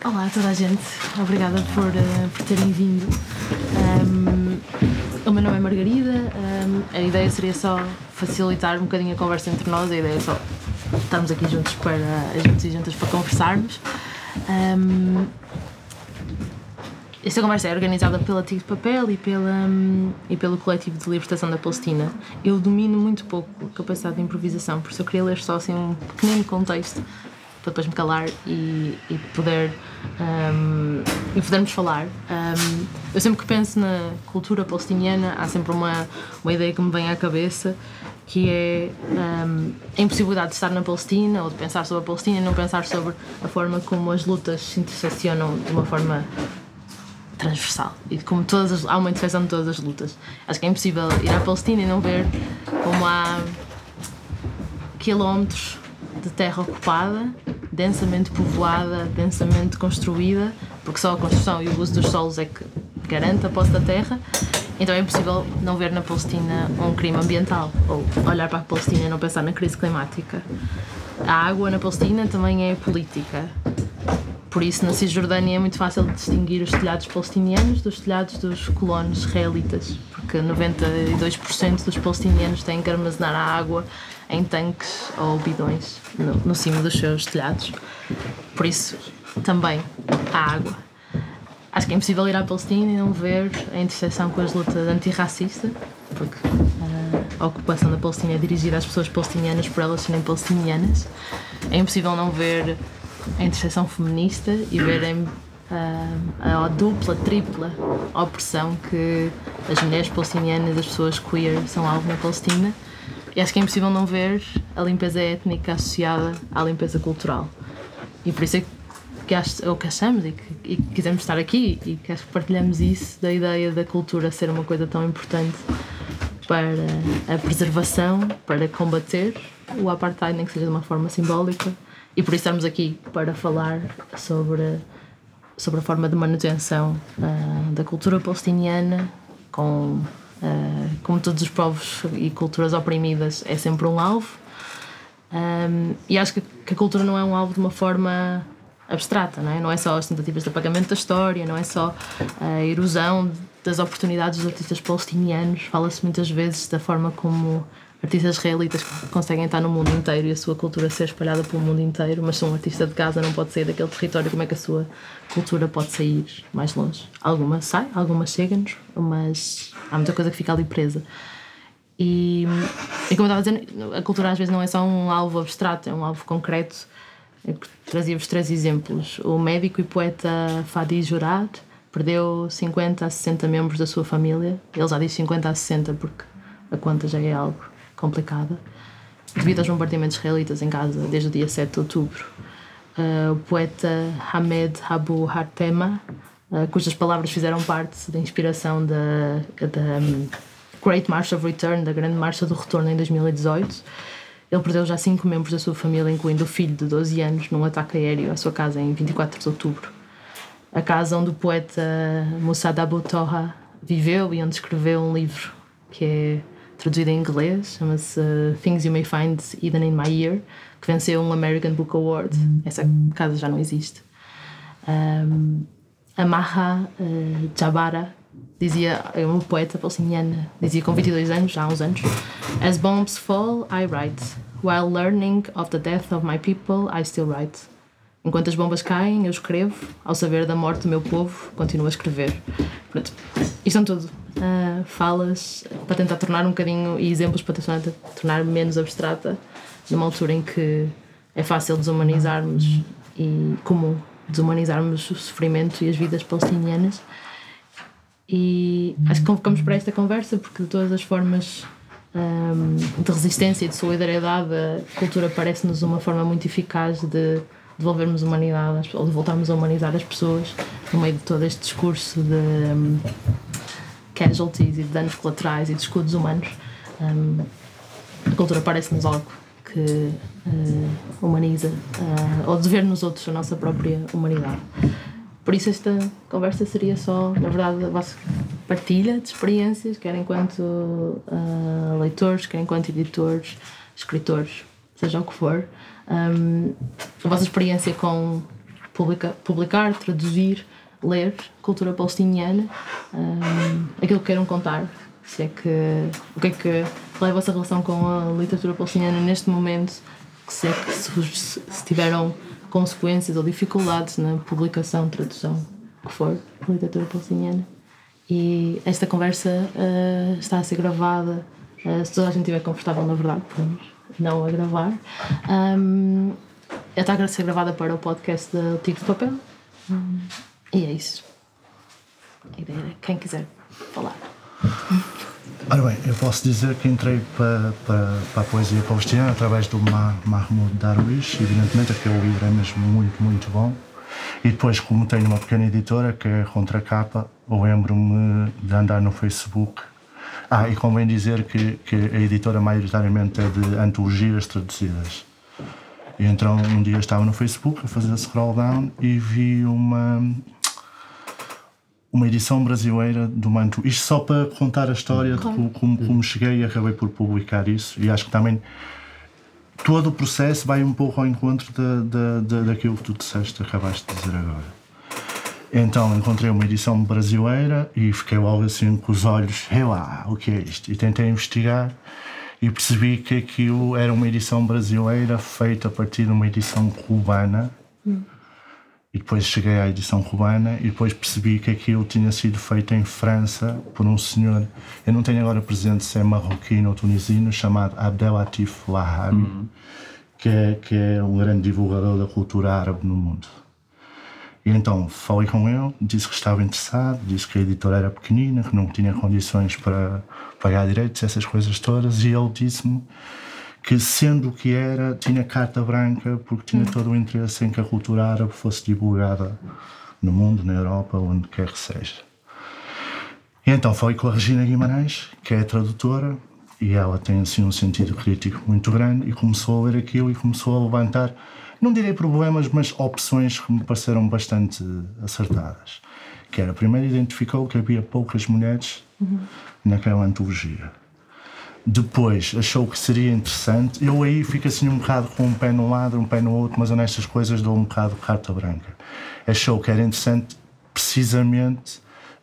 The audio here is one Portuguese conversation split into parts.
Olá a toda a gente, obrigada por terem vindo. O meu nome é Margarida, a ideia seria só facilitar um bocadinho a conversa entre nós, a ideia é só estarmos aqui juntos e juntas para conversarmos. Esta conversa é organizada pela Tigre de Papel e pelo Coletivo de Libertação da Palestina. Eu domino muito pouco a capacidade de improvisação, por isso eu queria ler só assim um pequenino contexto para depois me calar e podermos falar. Eu sempre que penso na cultura palestiniana há sempre uma ideia que me vem à cabeça, que é a impossibilidade de estar na Palestina ou de pensar sobre a Palestina e não pensar sobre a forma como as lutas se interseccionam de uma forma transversal e como há uma interseção de todas as lutas. Acho que é impossível ir à Palestina e não ver como há quilómetros de terra ocupada, densamente povoada, densamente construída, porque só a construção e o uso dos solos é que garante a posse da terra. Então é impossível não ver na Palestina um crime ambiental ou olhar para a Palestina e não pensar na crise climática. A água na Palestina também é política. Por isso, na Cisjordânia é muito fácil distinguir os telhados palestinianos dos telhados dos colonos israelitas, porque 92% dos palestinianos têm que armazenar a água em tanques ou bidões no cimo dos seus telhados. Por isso, também há água. Acho que é impossível ir à Palestina e não ver a interseção com as lutas antirracistas, porque a ocupação da Palestina é dirigida às pessoas palestinianas por elas serem palestinianas. É impossível não ver a interseção feminista e verem a dupla, tripla opressão que as mulheres palestinianas e as pessoas queer são alvo na Palestina. E acho que é impossível não ver a limpeza étnica associada à limpeza cultural. E por isso é o que achamos e que quisemos estar aqui e que acho que partilhamos isso, da ideia da cultura ser uma coisa tão importante para a preservação, para combater o apartheid, nem que seja de uma forma simbólica. E por isso estamos aqui para falar sobre a forma de manutenção da cultura palestiniana, como todos os povos e culturas oprimidas, é sempre um alvo. E acho que a cultura não é um alvo de uma forma abstrata, não é? Não é só as tentativas de apagamento da história, não é só a erosão das oportunidades dos artistas palestinianos. Fala-se muitas vezes da forma como artistas israelitas conseguem estar no mundo inteiro e a sua cultura ser espalhada pelo mundo inteiro, mas se um artista de Gaza não pode sair daquele território, como é que a sua cultura pode sair mais longe? Alguma sai, alguma chega-nos, mas há muita coisa que fica ali presa. E como eu estava a dizer, a cultura às vezes não é só um alvo abstrato, é um alvo concreto. Eu trazia-vos 3 exemplos. O médico e poeta Fadi Jurad perdeu 50 a 60 membros da sua família. Ele já diz 50 a 60 porque a conta já é algo complicada, devido aos bombardeamentos israelitas em Gaza desde o dia 7 de outubro. O poeta Hamed Abu Hartema, cujas palavras fizeram parte da inspiração da Great March of Return, da Grande Marcha do Retorno em 2018. Ele perdeu já 5 membros da sua família, incluindo o filho de 12 anos, num ataque aéreo à sua casa em 24 de outubro. A casa onde o poeta Moussad Abu Toha viveu e onde escreveu um livro que é traduzido em inglês, chama-se Things You May Find Hidden in My Ear, que venceu um American Book Award. Essa casa já não existe. A Maha Jabara dizia, é uma poeta palestiniana, dizia com 22 anos, já há uns anos: As bombs fall, I write. While learning of the death of my people, I still write. Enquanto as bombas caem, eu escrevo. Ao saber da morte do meu povo, continuo a escrever. Pronto. Isto são tudo falas para tentar tornar um bocadinho, e exemplos para tentar tornar menos abstrata, numa altura em que é fácil desumanizarmos e comum desumanizarmos o sofrimento e as vidas palestinianas. E acho que convocamos para esta conversa porque de todas as formas de resistência e de solidariedade, a cultura parece-nos uma forma muito eficaz de devolvermos humanidade ou de voltarmos a humanizar as pessoas no meio de todo este discurso de casualties e de danos colaterais e de escudos humanos. A cultura parece-nos algo que humaniza ou de ver nos outros a nossa própria humanidade. Por isso esta conversa seria só, na verdade, a vossa partilha de experiências, quer enquanto leitores, quer enquanto editores, escritores, seja o que for. A vossa experiência com publicar, traduzir, ler cultura palestiniana, aquilo que queiram contar. Se é que, qual é a vossa relação com a literatura palestiniana neste momento? Se é que se tiveram consequências ou dificuldades na publicação, tradução, o que for, da literatura palestiniana. E esta conversa está a ser gravada, se toda a gente estiver confortável, na verdade, podemos não a gravar. Está a ser gravada para o podcast da Tigre de Papel. E é isso. Quem quiser falar. Ora bem, eu posso dizer que entrei para a poesia palestina através do Mahmoud Darwish, evidentemente, aquele livro é mesmo muito, muito bom. E depois, como tenho uma pequena editora, que é Contracapa, eu lembro-me de andar no Facebook. E convém dizer que a editora maioritariamente é de antologias traduzidas. E então um dia estava no Facebook a fazer scroll down e vi uma edição brasileira do Manto. Isto só para contar a história de como cheguei e acabei por publicar isso. E acho que também todo o processo vai um pouco ao encontro daquilo que tu disseste, acabaste de dizer agora. Então encontrei uma edição brasileira e fiquei logo assim com os olhos, o que é isto? E tentei investigar e percebi que aquilo era uma edição brasileira feita a partir de uma edição cubana. E depois cheguei à edição cubana e depois percebi que aquilo tinha sido feito em França por um senhor, eu não tenho agora presente se é marroquino ou tunisino, chamado Abdelatif Lahabi, que é um grande divulgador da cultura árabe no mundo. E então falei com ele, disse que estava interessado, disse que a editora era pequenina, que não tinha condições para pagar direitos, essas coisas todas, e ele disse-me que, sendo o que era, tinha carta branca porque tinha todo o interesse em que a cultura árabe fosse divulgada no mundo, na Europa, onde quer que seja. E então falei com a Regina Guimarães, que é a tradutora, e ela tem assim um sentido crítico muito grande, e começou a ler aquilo e começou a levantar, não direi problemas, mas opções que me pareceram bastante acertadas. Que era, primeiro identificou que havia poucas mulheres naquela antologia. Depois achou que seria interessante, eu aí fico assim um bocado com um pé num lado, um pé no outro, mas eu nestas coisas dou um bocado de carta branca. Achou que era interessante precisamente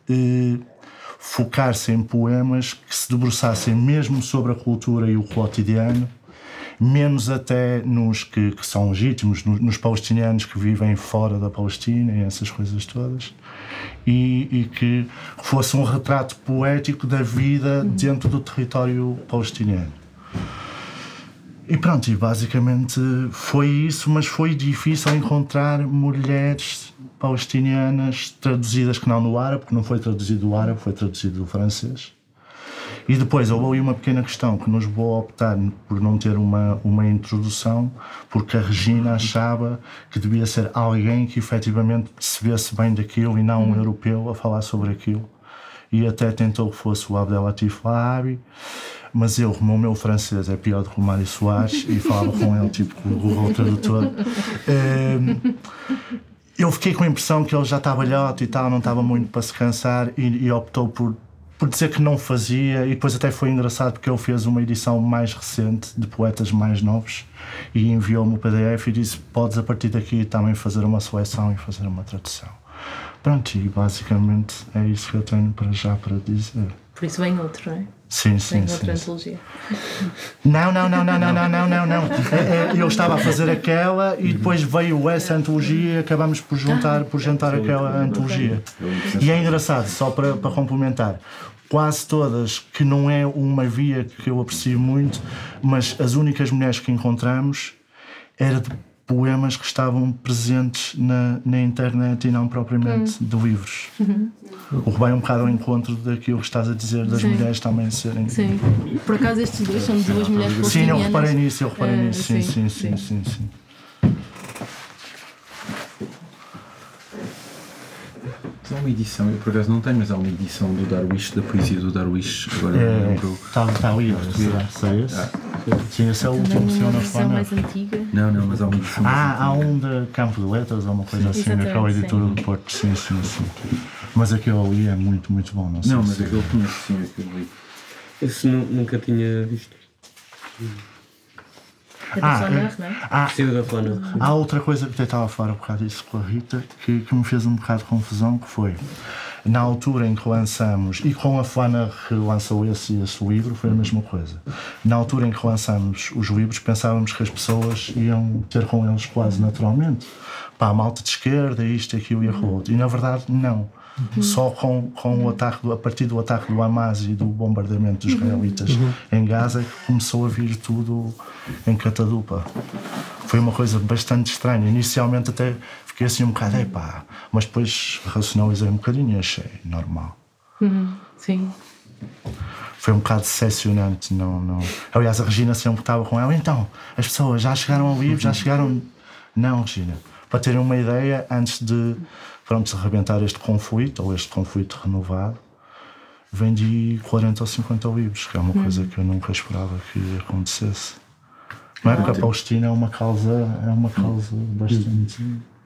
focar-se em poemas que se debruçassem mesmo sobre a cultura e o cotidiano, menos até nos que são legítimos, nos palestinianos que vivem fora da Palestina e essas coisas todas, e que fosse um retrato poético da vida dentro do território palestiniano. E pronto, e basicamente foi isso, mas foi difícil encontrar mulheres palestinianas traduzidas, que não no árabe, porque não foi traduzido do árabe, foi traduzido do francês. E depois houve uma pequena questão que nos levou a optar por não ter uma introdução, porque a Regina achava que devia ser alguém que efetivamente percebesse bem daquilo e não um europeu a falar sobre aquilo. E até tentou que fosse o Abdelatif Lahabi, mas eu, como o meu francês é pior do que o Mário Soares, e falava com ele tipo com o Google Tradutor, eu fiquei com a impressão que ele já estava velhote e tal, não estava muito para se cansar, e optou por dizer que não fazia. E depois até foi engraçado porque ele fez uma edição mais recente de poetas mais novos e enviou-me o PDF e disse: podes a partir daqui também fazer uma seleção e fazer uma tradução. Pronto, e basicamente é isso que eu tenho para já para dizer. Por isso vem outro, não é? Sim. Outra antologia. Não. Eu estava a fazer aquela e depois veio essa antologia e acabamos por juntar aquela antologia. E é engraçado, só para complementar, quase todas, que não é uma via que eu aprecio muito, mas as únicas mulheres que encontramos eram de poemas que estavam presentes na internet e não propriamente de livros. O que vai um bocado ao encontro daquilo que estás a dizer das mulheres também serem... Sim, por acaso estes dois são de duas mulheres palestinianas. Sim, eu reparei nisso, sim. Há uma edição, eu por acaso não tenho, mas há uma edição do Darwish, da poesia do Darwish, agora não lembro. Está ali, sei esse. Sim, esse é o último seu na versão mais antiga. Não, mas há uma edição. Há um de Campo de Letras ou uma coisa assim, daquela editora do Porto. Sim. Mas aquele ali é muito, muito bom. Não, mas aquele conheço, sim, aquele ali. Esse nunca tinha visto. É da Flaneur, não é? Precisa da Flaneur. Há outra coisa que eu estava a falar um bocado disso com a Rita, que me fez um bocado de confusão, que foi, na altura em que lançamos, e com a Flaneur que lançou esse livro, foi a mesma coisa. Na altura em que lançamos os livros, pensávamos que as pessoas iam ter com eles quase naturalmente. Pá, a malta de esquerda, isto, aquilo e aquilo outro. E na verdade, não. Só com o ataque, a partir do ataque do Hamas e do bombardeamento dos israelitas em Gaza, que começou a vir tudo em catadupa. Foi uma coisa bastante estranha. Inicialmente até fiquei assim um bocado, epá, mas depois racionalizei um bocadinho e achei normal. Sim. Foi um bocado decepcionante. Não. Aliás, a Regina sempre estava com ela, então, as pessoas já chegaram ao livro, já chegaram... Não, Regina. Para terem uma ideia, antes de se arrebentar este conflito, ou este conflito renovado, vendi 40 ou 50 livros, que é uma coisa que eu nunca esperava que acontecesse. Não é porque a Palestina é uma causa bastante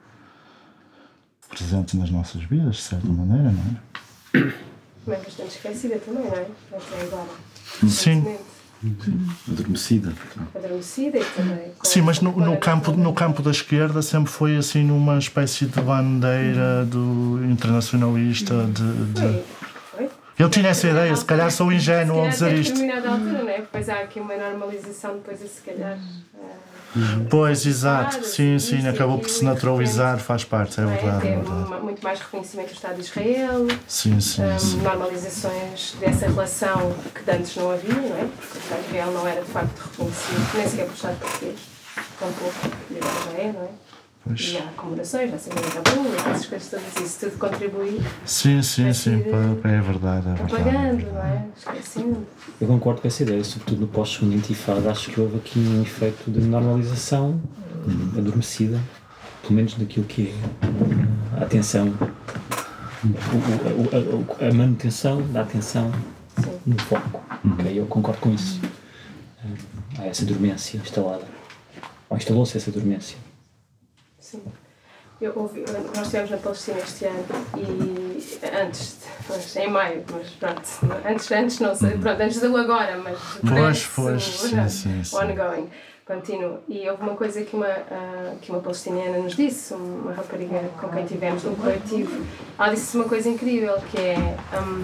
presente nas nossas vidas, de certa maneira, não é? Mas bastante esquecida também, não é? Até agora. Sim. Adormecida E também. Sim, mas no campo da esquerda sempre foi assim numa espécie de bandeira do internacionalista Foi. Eu tinha essa ideia, se calhar sou ingênuo ao dizer isto. A determinada altura, não é? Depois há aqui uma normalização, depois a se calhar. Pois, exato, sim, acabou por se naturalizar, faz parte, é verdade. É muito mais reconhecimento do Estado de Israel, sim. normalizações dessa relação que antes não havia, não é? Porque o Estado de Israel não era de facto reconhecido, nem sequer pelo Estado português, tampouco, e agora já é, não é? Pois. E há comemorações, já sabem da pública, essas coisas todas, isso tudo contribui. Sim, é verdade. Apagando, não é? Esquecendo. Eu concordo com essa ideia, sobretudo no pós-segunda intifada. Acho que houve aqui um efeito de normalização adormecida, pelo menos daquilo que é a atenção, a manutenção da atenção no foco. Okay? Eu concordo com isso. Há essa dormência instalada, ou instalou-se essa dormência. Sim. Nós estivemos na Palestina este ano e em maio, mas pronto, antes não sei, pronto, antes do agora, mas sim. Ongoing, continuo. E houve uma coisa que uma palestiniana nos disse, uma rapariga com quem tivemos num coletivo, ela disse uma coisa incrível, que é,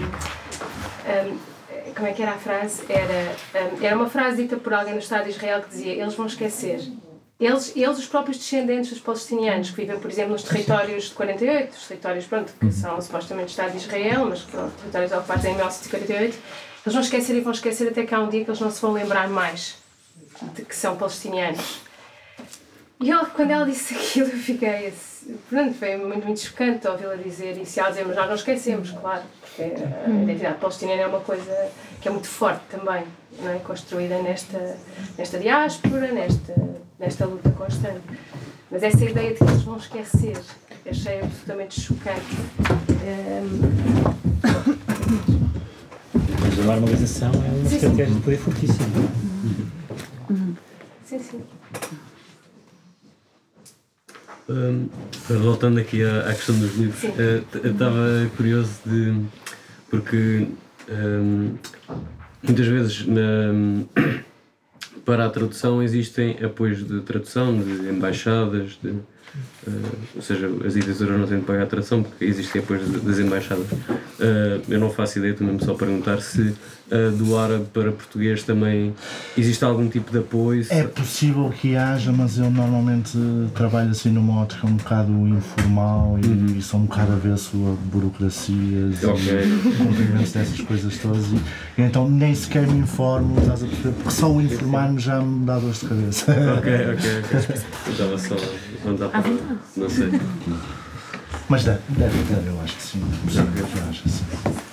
como é que era a frase? Era uma frase dita por alguém no Estado de Israel que dizia, eles vão esquecer. Eles, os próprios descendentes dos palestinianos, que vivem, por exemplo, nos territórios de 48, os territórios, pronto, que são supostamente Estado de Israel, mas pronto, territórios ocupados em 1948, eles vão esquecer e vão esquecer até que há um dia que eles não se vão lembrar mais de que são palestinianos. E quando ela disse aquilo, eu fiquei, pronto, foi muito chocante ouvi-la dizer isso, e ela dizer, mas nós não esquecemos, claro, porque a identidade palestiniana é uma coisa que é muito forte também, não é? Construída nesta diáspora, nesta luta constante. Mas essa ideia de que eles vão esquecer, achei absolutamente chocante. Mas a normalização é uma estratégia de poder fortíssima. Sim. Voltando aqui à questão dos livros, eu estava curioso porque muitas vezes para a tradução existem apoios de tradução, de embaixadas, ou seja, as editoras não têm de pagar a tradução porque existem apoios das embaixadas. Eu não faço ideia, também me só perguntar se do árabe para português também existe algum tipo de apoio. É possível que haja, mas eu normalmente trabalho assim numa ótica um bocado informal e sou um bocado avesso a burocracias e cumprimentos dessas coisas todas e então nem sequer me informo, estás a perceber? Porque só o informar-me já me dá dor de cabeça. Ok. Estava só a andar para não sei. Mas deve, eu acho que sim. Eu acho que sim.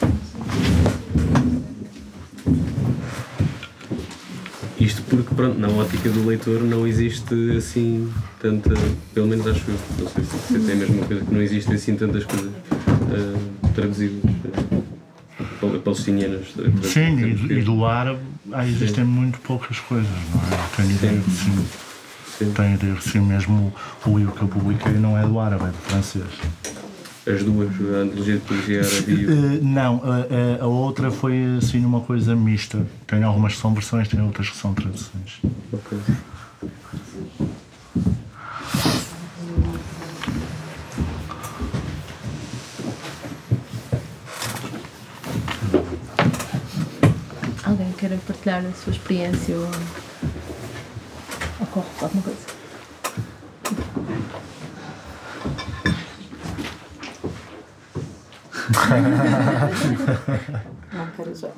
Isto porque, pronto, na ótica do leitor não existe assim tanta, pelo menos acho eu, não sei se é a mesma coisa, que não existe assim tantas coisas traduzidas palestinianas. Sim, e do árabe existem muito poucas coisas, não é? Tenho ideia que sim. Tenho ideia que sim, mesmo o livro que eu publiquei não é do árabe, é do francês. As duas, a antologia árabe e não, a outra foi assim uma coisa mista. Tem algumas que são versões, tem outras que são traduções. Ok. Alguém queira partilhar a sua experiência ou ocorre alguma coisa? Não quero usar.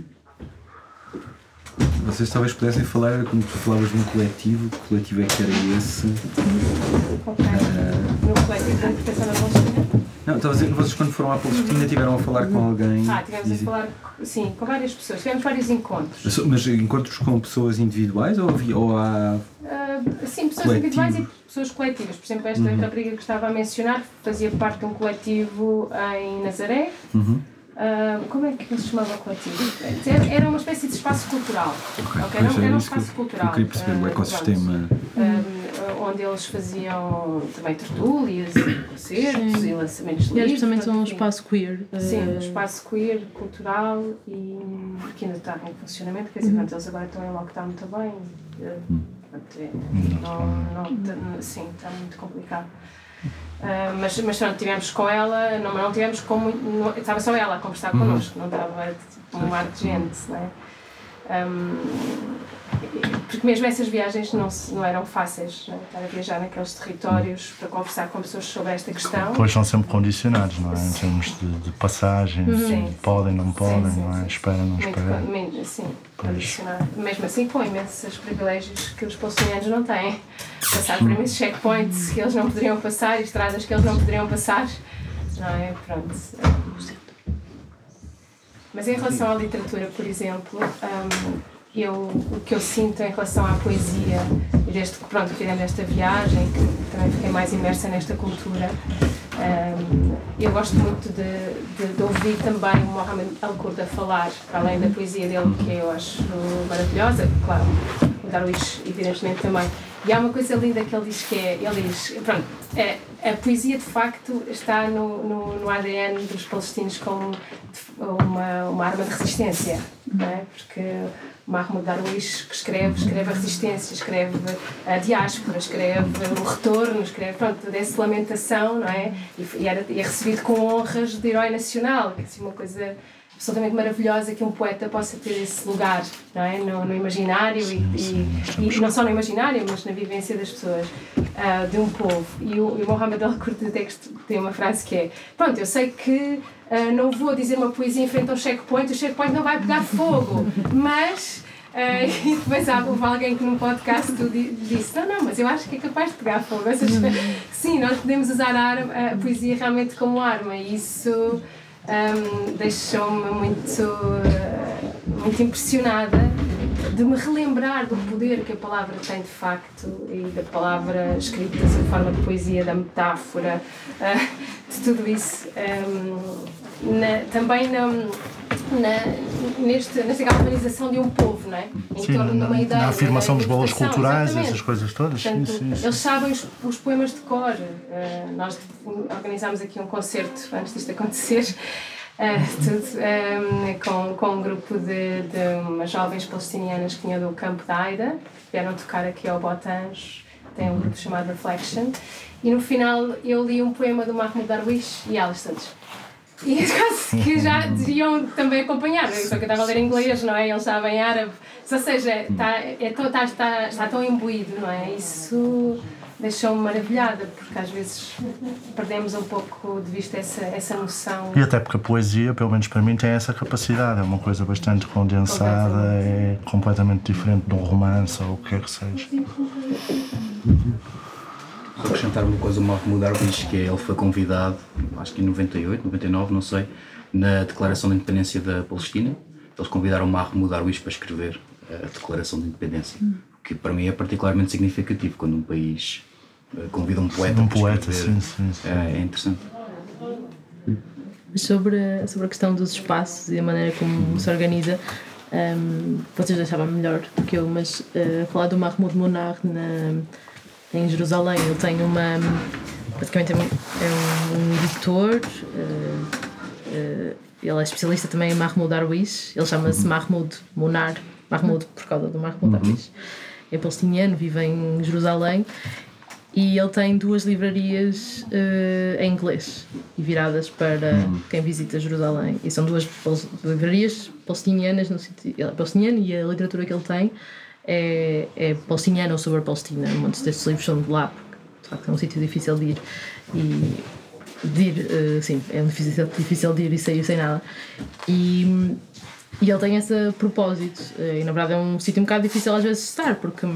Vocês talvez pudessem falar, como tu falavas de um coletivo, que coletivo é que era esse? Ok. No coletivo da interpretação da Palestina? Não, estava a dizer que vocês quando foram à Palestina tiveram a falar com alguém. Tivemos a falar, sim, com várias pessoas. Tivemos vários encontros. Mas encontros com pessoas individuais ou há. Sim, pessoas individuais e pessoas coletivas. Por exemplo, esta rapariga que estava a mencionar fazia parte de um coletivo em Nazaré. Como é que ele se chamava o coletivo? Era uma espécie de espaço cultural. Okay? Era um espaço cultural. Eu queria perceber o ecossistema. Onde eles faziam também tertúlias, concertos e lançamentos de livros. E especialmente um espaço queer. Sim, um espaço queer, cultural e que ainda está em funcionamento. Quer dizer, eles agora estão em lockdown também. Sim, está muito complicado. Mas pronto, estivemos com ela, não tivemos com muito. Estava só ela a conversar connosco, não estava tipo, um mar de gente, não é? Porque mesmo essas viagens não eram fáceis, não é? Estar a viajar naqueles territórios para conversar com pessoas sobre esta questão. Pois são sempre condicionados, não é? Em termos de passagem, podem, não podem, não é? Espera, não espera. Sim, condicionado. Mesmo assim, com imensos privilégios que os palestinianos não têm. Passar por imensos checkpoints que eles não poderiam passar, estradas que eles não poderiam passar, não é? Pronto. Mas em relação à literatura, por exemplo, o que eu sinto em relação à poesia, e desde que fizemos esta viagem, que também fiquei mais imersa nesta cultura, eu gosto muito de ouvir também o Mohamed El-Kurd a falar, para além da poesia dele, que eu acho maravilhosa, claro, o Darwish evidentemente também. E há uma coisa linda que ele diz, a poesia de facto está no ADN dos palestinos como uma arma de resistência, não é? Porque Mahmoud Darwish que escreve a resistência, escreve a diáspora, escreve o retorno, escreve dessa lamentação, não é? E é recebido com honras de herói nacional, que é assim uma coisa absolutamente maravilhosa que um poeta possa ter esse lugar, não é? No imaginário e não só no imaginário, mas na vivência das pessoas, de um povo. E o Mohamed El-Kurd tem uma frase que é: pronto, eu sei que não vou dizer uma poesia em frente ao checkpoint, o checkpoint não vai pegar fogo, mas... e depois houve alguém que num podcast disse: não, mas eu acho que é capaz de pegar fogo. Ou seja, sim, nós podemos usar a poesia realmente como arma, e isso deixou-me muito impressionada de me relembrar do poder que a palavra tem de facto, e da palavra escrita sob forma de poesia, da metáfora, de tudo isso. Também nesta galvanização de um povo, não é? Em torno de uma ideia. Na afirmação dos valores culturais, exatamente. essas coisas todas. Portanto, sim. Eles sabem os poemas de cor. Nós organizámos aqui um concerto antes disto acontecer, com um grupo de umas jovens palestinianas que vinham do campo da Aida, vieram tocar aqui ao Botãs, tem um grupo chamado Reflection, e no final eu li um poema do Mahmoud Darwish e elas todas. E quase que já deviam também acompanhar, só que eu estava a ler em inglês, não é? Eles estavam em árabe, ou seja, está tão imbuído, não é? Isso deixou-me maravilhada, porque às vezes perdemos um pouco de vista essa noção. E até porque a poesia, pelo menos para mim, tem essa capacidade, é uma coisa bastante condensada, é completamente diferente de um romance ou o que quer que seja. Só acrescentar uma coisa, o Mahmoud Darwish, que ele foi convidado, acho que em 98, 99, não sei, na Declaração de Independência da Palestina. Eles convidaram o Mahmoud Darwish para escrever a Declaração de Independência, que para mim é particularmente significativo quando um país convida um poeta para escrever. Sim. É interessante. Mas sobre a questão dos espaços e a maneira como se organiza, vocês achavam melhor do que eu, mas falar do Mahmoud Monar em Jerusalém, ele tem basicamente é um editor, ele é especialista também em Mahmoud Darwish, ele chama-se Mahmoud Monar, Mahmoud por causa do Mahmoud Darwish, é palestiniano, vive em Jerusalém, e ele tem 2 livrarias em inglês e viradas para quem visita Jerusalém. E são 2 livrarias palestinianas, no sentido, ele é palestiniano e a literatura que ele tem é palestiniana ou sobre a Palestina. Muitos destes livros são de lá, porque de facto é um sítio difícil de ir. Sim, é difícil de ir e sair sem nada. E ele tem esse propósito. E na verdade é um sítio um bocado difícil às vezes de estar, porque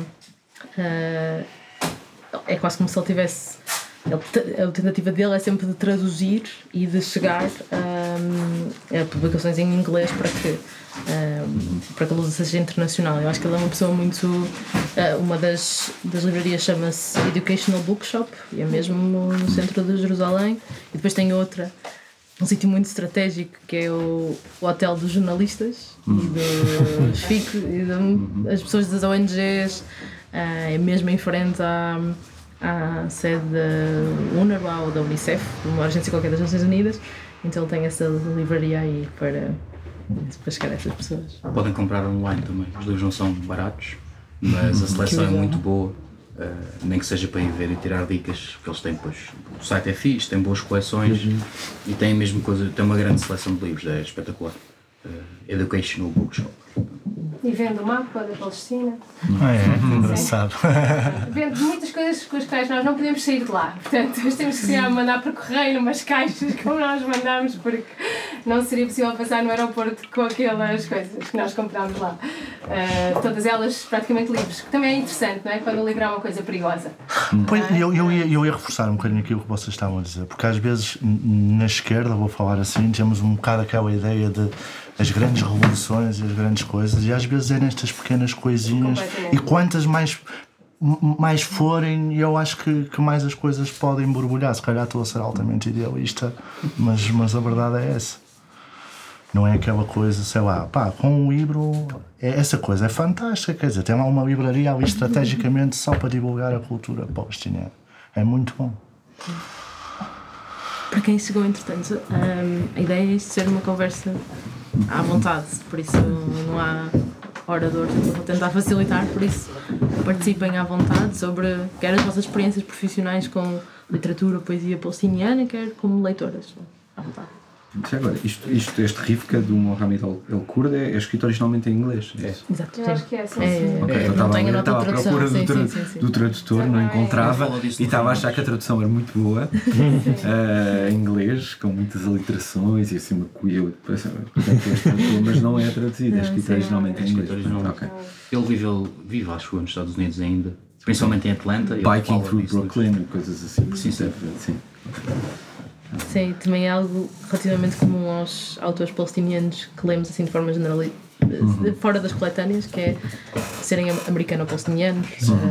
é quase como se ele tivesse. A tentativa dele é sempre de traduzir e de chegar a publicações em inglês para que a luta seja internacional. Eu acho que ele é uma pessoa muito. Uma das livrarias chama-se Educational Bookshop e é mesmo no centro de Jerusalém. E depois tem outra, um sítio muito estratégico, que é o Hotel dos Jornalistas e dos FIC e das pessoas das ONGs. É mesmo em frente à sede da UNRWA ou da Unicef, uma agência qualquer das Nações Unidas. Então ele tem essa livraria aí para chegar a essas pessoas. Podem comprar online também, os livros não são baratos, mas a seleção é muito boa, nem que seja para ir ver e tirar dicas, porque eles têm depois, o site é fixe, tem boas coleções e tem a mesma coisa, tem uma grande seleção de livros, é espetacular. Educational Bookshop. E vende o mapa da Palestina. Engraçado. Vende muitas coisas com as quais nós não podemos sair de lá. Portanto, nós temos que ser a mandar para correio numas caixas como nós mandamos, porque não seria possível passar no aeroporto com aquelas coisas que nós comprámos lá. Todas elas praticamente livres, que também é interessante, não é? Quando o livro é uma coisa perigosa. Pois, eu ia reforçar um bocadinho aquilo que vocês estavam a dizer, porque às vezes na esquerda, vou falar assim, temos um bocado aquela ideia de as grandes revoluções e as grandes coisas, e às vezes é nestas pequenas coisinhas, e quantas mais forem, eu acho que mais as coisas podem borbulhar. Se calhar estou a ser altamente idealista, mas a verdade é essa. Não é aquela coisa, sei lá, com um livro, essa coisa é fantástica, quer dizer, tem lá uma livraria ali estrategicamente só para divulgar a cultura palestiniana. É muito bom. Para quem chegou entretanto, a ideia é isto ser uma conversa à vontade, por isso não há oradores, vou tentar facilitar, por isso participem à vontade sobre quer as vossas experiências profissionais com literatura, poesia palestiniana, quer como leitoras, à vontade. Já agora, este Rivka do Mohamed El-Kurd é escrito originalmente em inglês? É. Exato, Eu acho que é assim. Não tenho a nota de à tradução. procura do tradutor, não encontrava e estava a achar que a tradução era muito boa em inglês, com muitas aliterações e assim uma coisa, mas não é traduzida, é escrito originalmente em inglês. Ele vive, acho, nos Estados Unidos ainda, principalmente em Atlanta. Biking through Brooklyn e coisas assim. Sim. Sim, também é algo relativamente comum aos autores palestinianos que lemos assim de forma generalizada, fora das coletâneas, que é serem americano-palestinianos,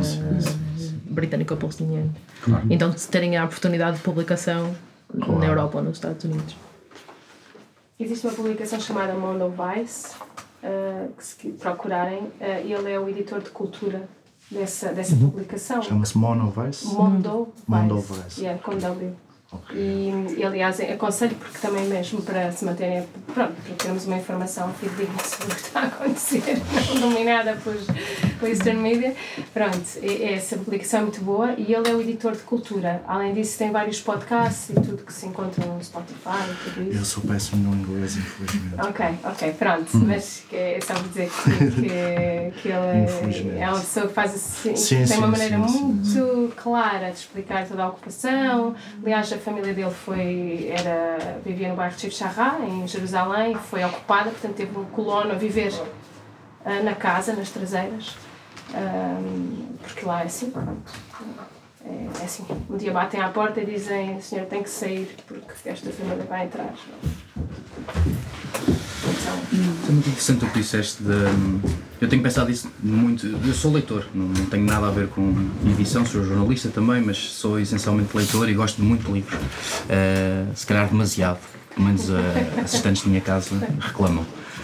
britânico-palestinianos. Claro. Então, terem a oportunidade de publicação na Europa ou nos Estados Unidos. Existe uma publicação chamada Mondo Vice, que se procurarem, ele é o editor de cultura dessa publicação. Chama-se Mondo Vice? Mondo Vice. Yeah, com W. E aliás aconselho, porque também mesmo para se manterem, pronto, para termos uma informação fidedigna sobre o que está a acontecer, não dominada por Eastern Media, pronto, essa publicação é muito boa e ele é o editor de cultura. Além disso tem vários podcasts e tudo que se encontra no Spotify e tudo isso. Eu sou péssimo no inglês, infelizmente. Ok, pronto, mas é só para dizer que ele é uma pessoa que faz assim, tem uma maneira muito clara de explicar toda a ocupação. Aliás, a família dele vivia no bairro de Sheikh Jarrah, em Jerusalém, foi ocupada, portanto teve um colono a viver na casa, nas traseiras, porque lá é assim, pronto. É assim, um dia batem à porta e dizem: o senhor tem que sair porque esta família vai entrar. É muito interessante o que disseste. Eu tenho pensado isso muito. Eu sou leitor, não tenho nada a ver com edição, sou jornalista também, mas sou essencialmente leitor e gosto muito de livros. Se calhar demasiado, pelo menos assistentes da minha casa reclamam.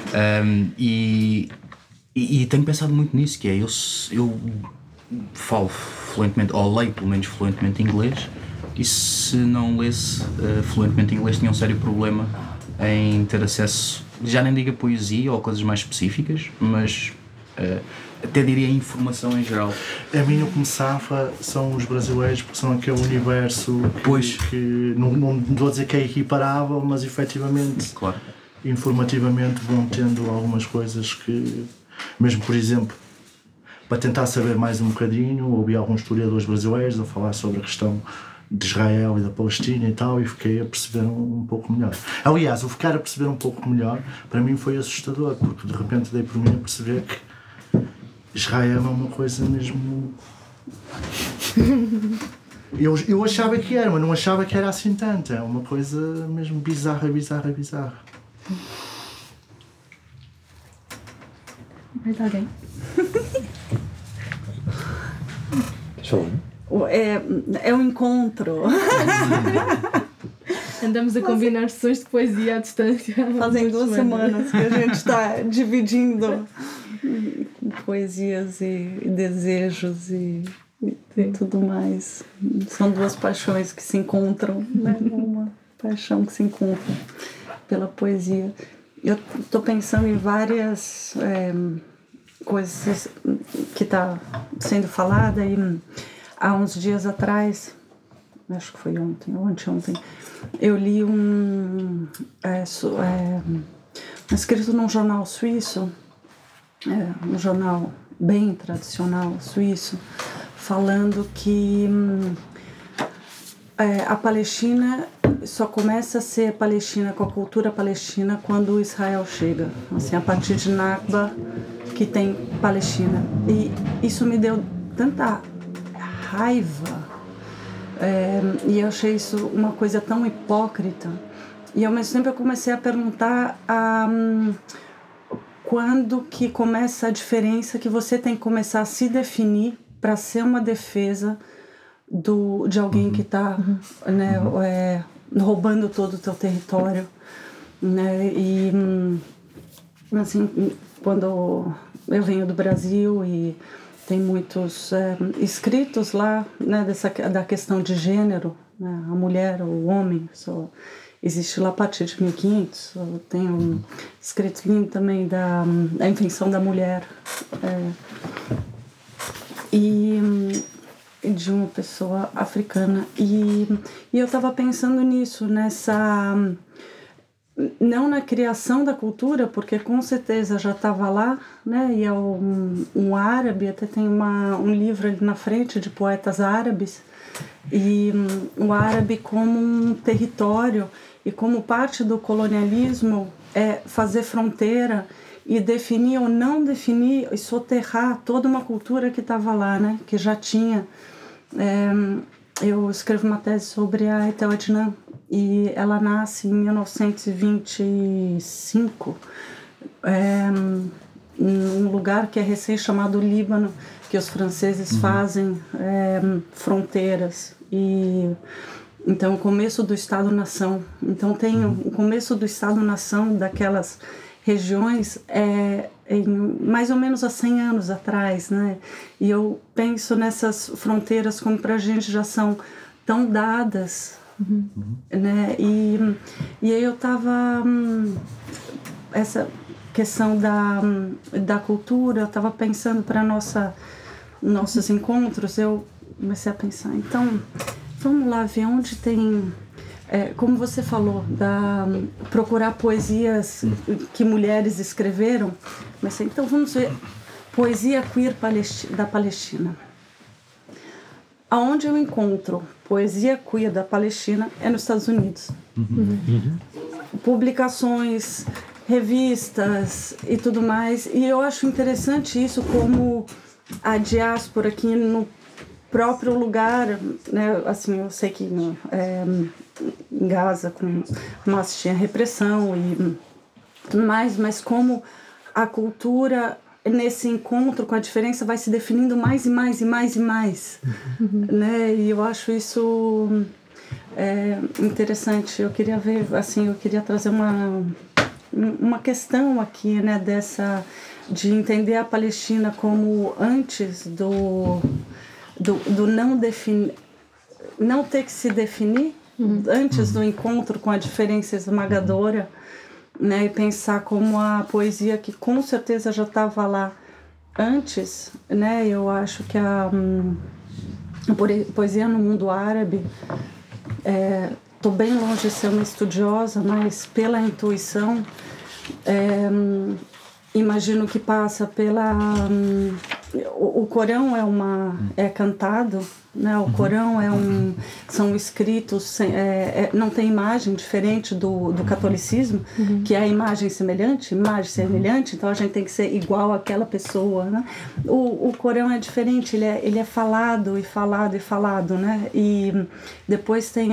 E tenho pensado muito nisso, que é eu falo fluentemente, ou leio pelo menos fluentemente inglês, e se não lesse fluentemente inglês tinha um sério problema em ter acesso, já nem digo a poesia ou coisas mais específicas, mas até diria informação em geral. A mim o que me safa são os brasileiros, porque são aquele universo que não estou a dizer que é equiparável, mas efetivamente, claro, informativamente vão tendo algumas coisas que, mesmo por exemplo, para tentar saber mais um bocadinho, ouvi alguns historiadores brasileiros a falar sobre a questão de Israel e da Palestina e tal, e fiquei a perceber um pouco melhor. Aliás, o ficar a perceber um pouco melhor, para mim foi assustador, porque de repente dei por mim a perceber que Israel é uma coisa mesmo... Eu achava que era, mas não achava que era assim tanto. É uma coisa mesmo bizarra. Mais alguém? É um encontro. Andamos a combinar sessões de poesia à distância. Fazem 2 semanas que a gente está dividindo poesias e desejos e tudo mais. São 2 paixões que se encontram, né? Uma paixão que se encontra pela poesia. Eu estou pensando em várias coisas que está sendo falada e há uns dias atrás, acho que foi ontem ou anteontem, eu li um escrito num jornal suíço, um jornal bem tradicional suíço, falando que a Palestina só começa a ser Palestina, com a cultura palestina, quando Israel chega, assim, a partir de Nakba, que tem Palestina. E isso me deu tanta raiva, e eu achei isso uma coisa tão hipócrita. E ao mesmo tempo eu comecei a perguntar quando que começa a diferença que você tem que começar a se definir para ser uma defesa de alguém que está roubando todo o teu território, né? E assim, quando eu venho do Brasil e tem muitos escritos lá, né, da questão de gênero, né, a mulher, o homem, só existe lá a partir de 1500. Tem um escrito lindo também da invenção da mulher, e de uma pessoa africana. E eu estava pensando nisso, não na criação da cultura, porque com certeza já estava lá, né? E é um árabe, até tem um livro ali na frente de poetas árabes, e o árabe como um território e como parte do colonialismo é fazer fronteira e definir ou não definir e soterrar toda uma cultura que estava lá, né? Que já tinha. Eu escrevo uma tese sobre a Etel Adnan, e ela nasce em 1925, num lugar que é recém chamado Líbano, que os franceses fazem fronteiras, e então o começo do Estado-nação. Então tem o começo do Estado-nação daquelas regiões mais ou menos há 100 anos atrás, né? E eu penso nessas fronteiras como para a gente já são tão dadas, né? E aí eu estava essa questão da cultura, eu estava pensando para nossos encontros, eu comecei a pensar, então vamos lá ver onde tem, como você falou, procurar poesias que mulheres escreveram, mas então vamos ver poesia queer da Palestina. Aonde eu encontro poesia queer da Palestina é nos Estados Unidos. Publicações, revistas e tudo mais. E eu acho interessante isso, como a diáspora aqui no próprio lugar, né? Assim, eu sei que em Gaza mas tinha repressão e tudo mais, mas como a cultura nesse encontro com a diferença vai se definindo mais e mais e mais e mais, né? E eu acho isso interessante. Eu queria ver, assim, eu queria trazer uma questão aqui, né, de entender a Palestina como antes do não ter que se definir, antes do encontro com a diferença esmagadora, né, e pensar como a poesia que com certeza já estava lá antes, né, eu acho que a poesia no mundo árabe, estou bem longe de ser uma estudiosa, mas pela intuição, imagino que passa pela... o Corão é cantado, né? O Corão são escritos, não tem imagem, diferente do catolicismo, que é a imagem semelhante, então a gente tem que ser igual àquela pessoa, né? O Corão é diferente, ele é falado e falado e falado, né? E depois tem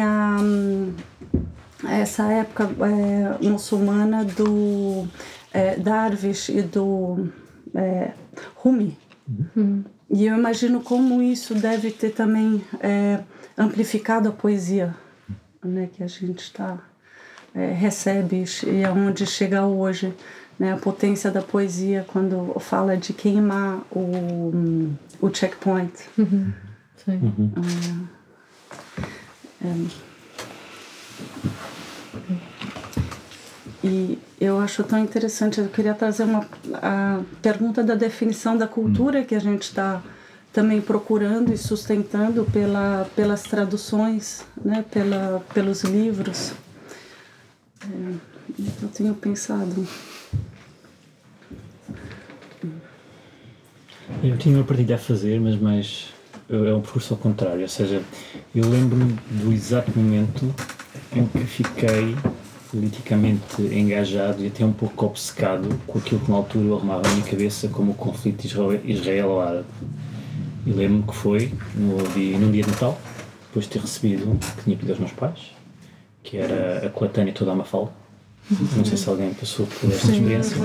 essa época muçulmana do Darwish e do Rumi. E eu imagino como isso deve ter também amplificado a poesia, né, que a gente recebe e aonde chega hoje, né, a potência da poesia quando fala de queimar o checkpoint. Sim. E eu acho tão interessante, eu queria trazer a pergunta da definição da cultura que a gente está também procurando e sustentando pelas traduções, né, pelos livros. Eu tenho pensado... Eu tinha uma partilha a fazer, mas é um percurso ao contrário, ou seja, eu lembro-me do exato momento em que fiquei politicamente engajado e até um pouco obcecado com aquilo que na altura eu arrumava na minha cabeça como o conflito israelo-árabe. E lembro-me que foi num dia de Natal, depois de ter recebido, que tinha pedido aos meus pais, que era a coletânea toda a Mafalda. Não sei se alguém passou por esta experiência.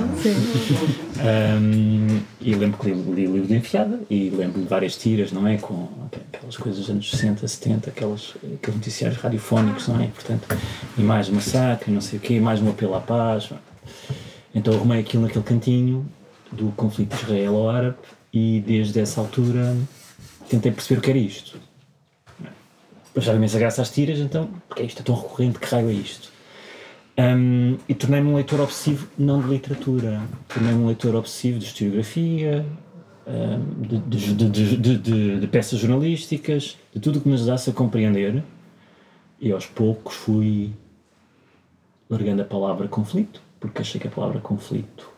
E lembro que li o livro de enfiada e lembro-me de várias tiras, não é? Com aquelas coisas dos anos 60, 70, aqueles noticiários radiofónicos, não é? Portanto, e mais massacre, não sei o quê, mais um apelo à paz. Então arrumei aquilo naquele cantinho do conflito israelo-árabe e desde essa altura tentei perceber o que era isto. Eu já imensa graça às tiras, então, porque isto é tão recorrente, que raio é isto? E tornei-me um leitor obsessivo, não de literatura, tornei-me um leitor obsessivo de historiografia, de peças jornalísticas, de tudo o que me ajudasse a compreender, e aos poucos fui largando a palavra conflito, porque achei que a palavra conflito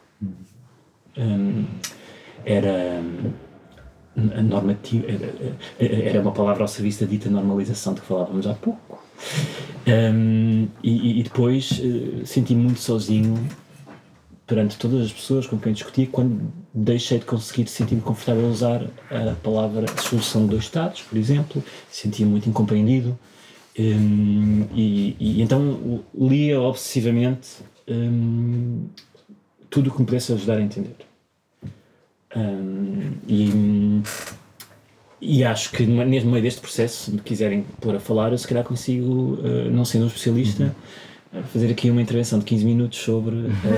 era normativa, era uma palavra ao serviço da dita normalização de que falávamos há pouco. E depois senti-me muito sozinho perante todas as pessoas com quem discutia quando deixei de conseguir sentir-me confortável a usar a palavra solução de dois Estados, por exemplo. Sentia-me muito incompreendido e então lia obsessivamente tudo o que me pudesse ajudar a entender. E acho que no meio deste processo, se me quiserem pôr a falar, eu se calhar consigo, não sendo um especialista, fazer aqui uma intervenção de 15 minutos sobre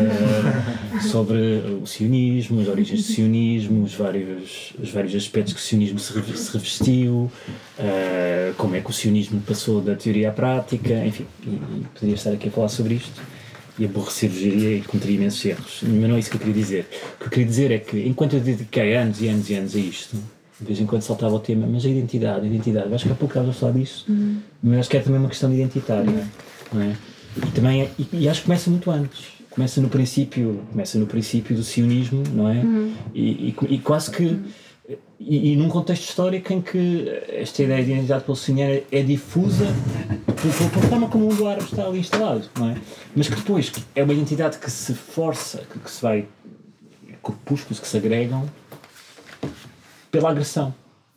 o sionismo, as origens do sionismo, os vários aspectos que o sionismo se revestiu, como é que o sionismo passou da teoria à prática, enfim, e poderia estar aqui a falar sobre isto e aborrecer-vos-iria e cometeria imensos erros, mas não é isso que eu queria dizer. O que eu queria dizer é que enquanto eu dediquei anos e anos e anos a isto, de vez em quando saltava o tema, mas a identidade, acho que há pouco estava a falar disso, mas acho que é também uma questão identitária, não é? E também, e acho que começa muito antes, começa no princípio do sionismo, não é? E quase que, e num contexto histórico em que esta ideia de identidade palestiniana é difusa pela forma como o mundo árabe está ali instalado, não é? Mas que depois é uma identidade que se força, que se vai, corpúsculos que se agregam pela agressão.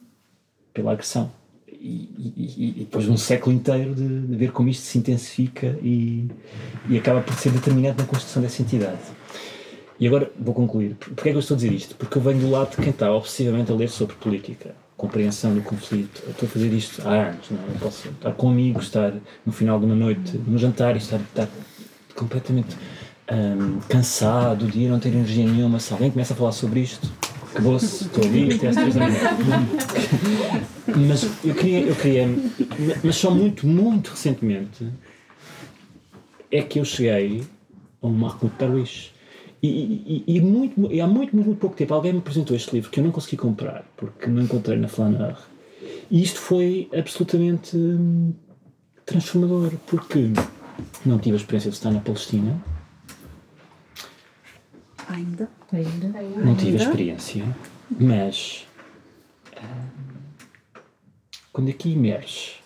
E depois de um século inteiro de ver como isto se intensifica e acaba por ser determinante na construção dessa entidade. E agora vou concluir. Porquê é que eu estou a dizer isto? Porque eu venho do lado de quem está obsessivamente a ler sobre política, compreensão do conflito. Eu estou a fazer isto há anos, não é? Eu posso estar com amigos, estar no final de uma noite, num jantar e estar completamente cansado, o dia não ter energia nenhuma. Se alguém começa a falar sobre isto, acabou-se, estou ali até às 3 da manhã. Mas eu queria, mas só muito, muito recentemente é que eu cheguei a um Mahmoud Darwish E há muito pouco tempo alguém me apresentou este livro que eu não consegui comprar porque não encontrei na Flaneur, e isto foi absolutamente transformador, porque não tive a experiência de estar na Palestina, Ainda. não tive a experiência, mas quando aqui emerge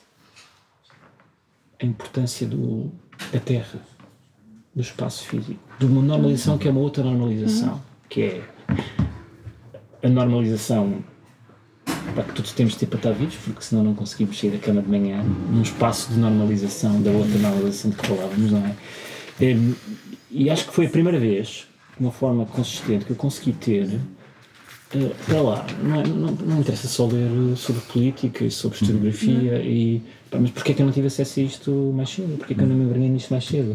a importância da terra, do espaço físico, de uma normalização que é uma outra normalização, que é a normalização para que todos temos de ter para estar vivos, porque senão não conseguimos sair da cama de manhã, num espaço de normalização da outra normalização de que falávamos, não é? E acho que foi a primeira vez, de uma forma consistente, que eu consegui ter para lá, não interessa só ler sobre política e sobre historiografia, mas porquê é que eu não tive acesso a isto mais cedo? Porquê é que eu não me envergonhei nisto mais cedo?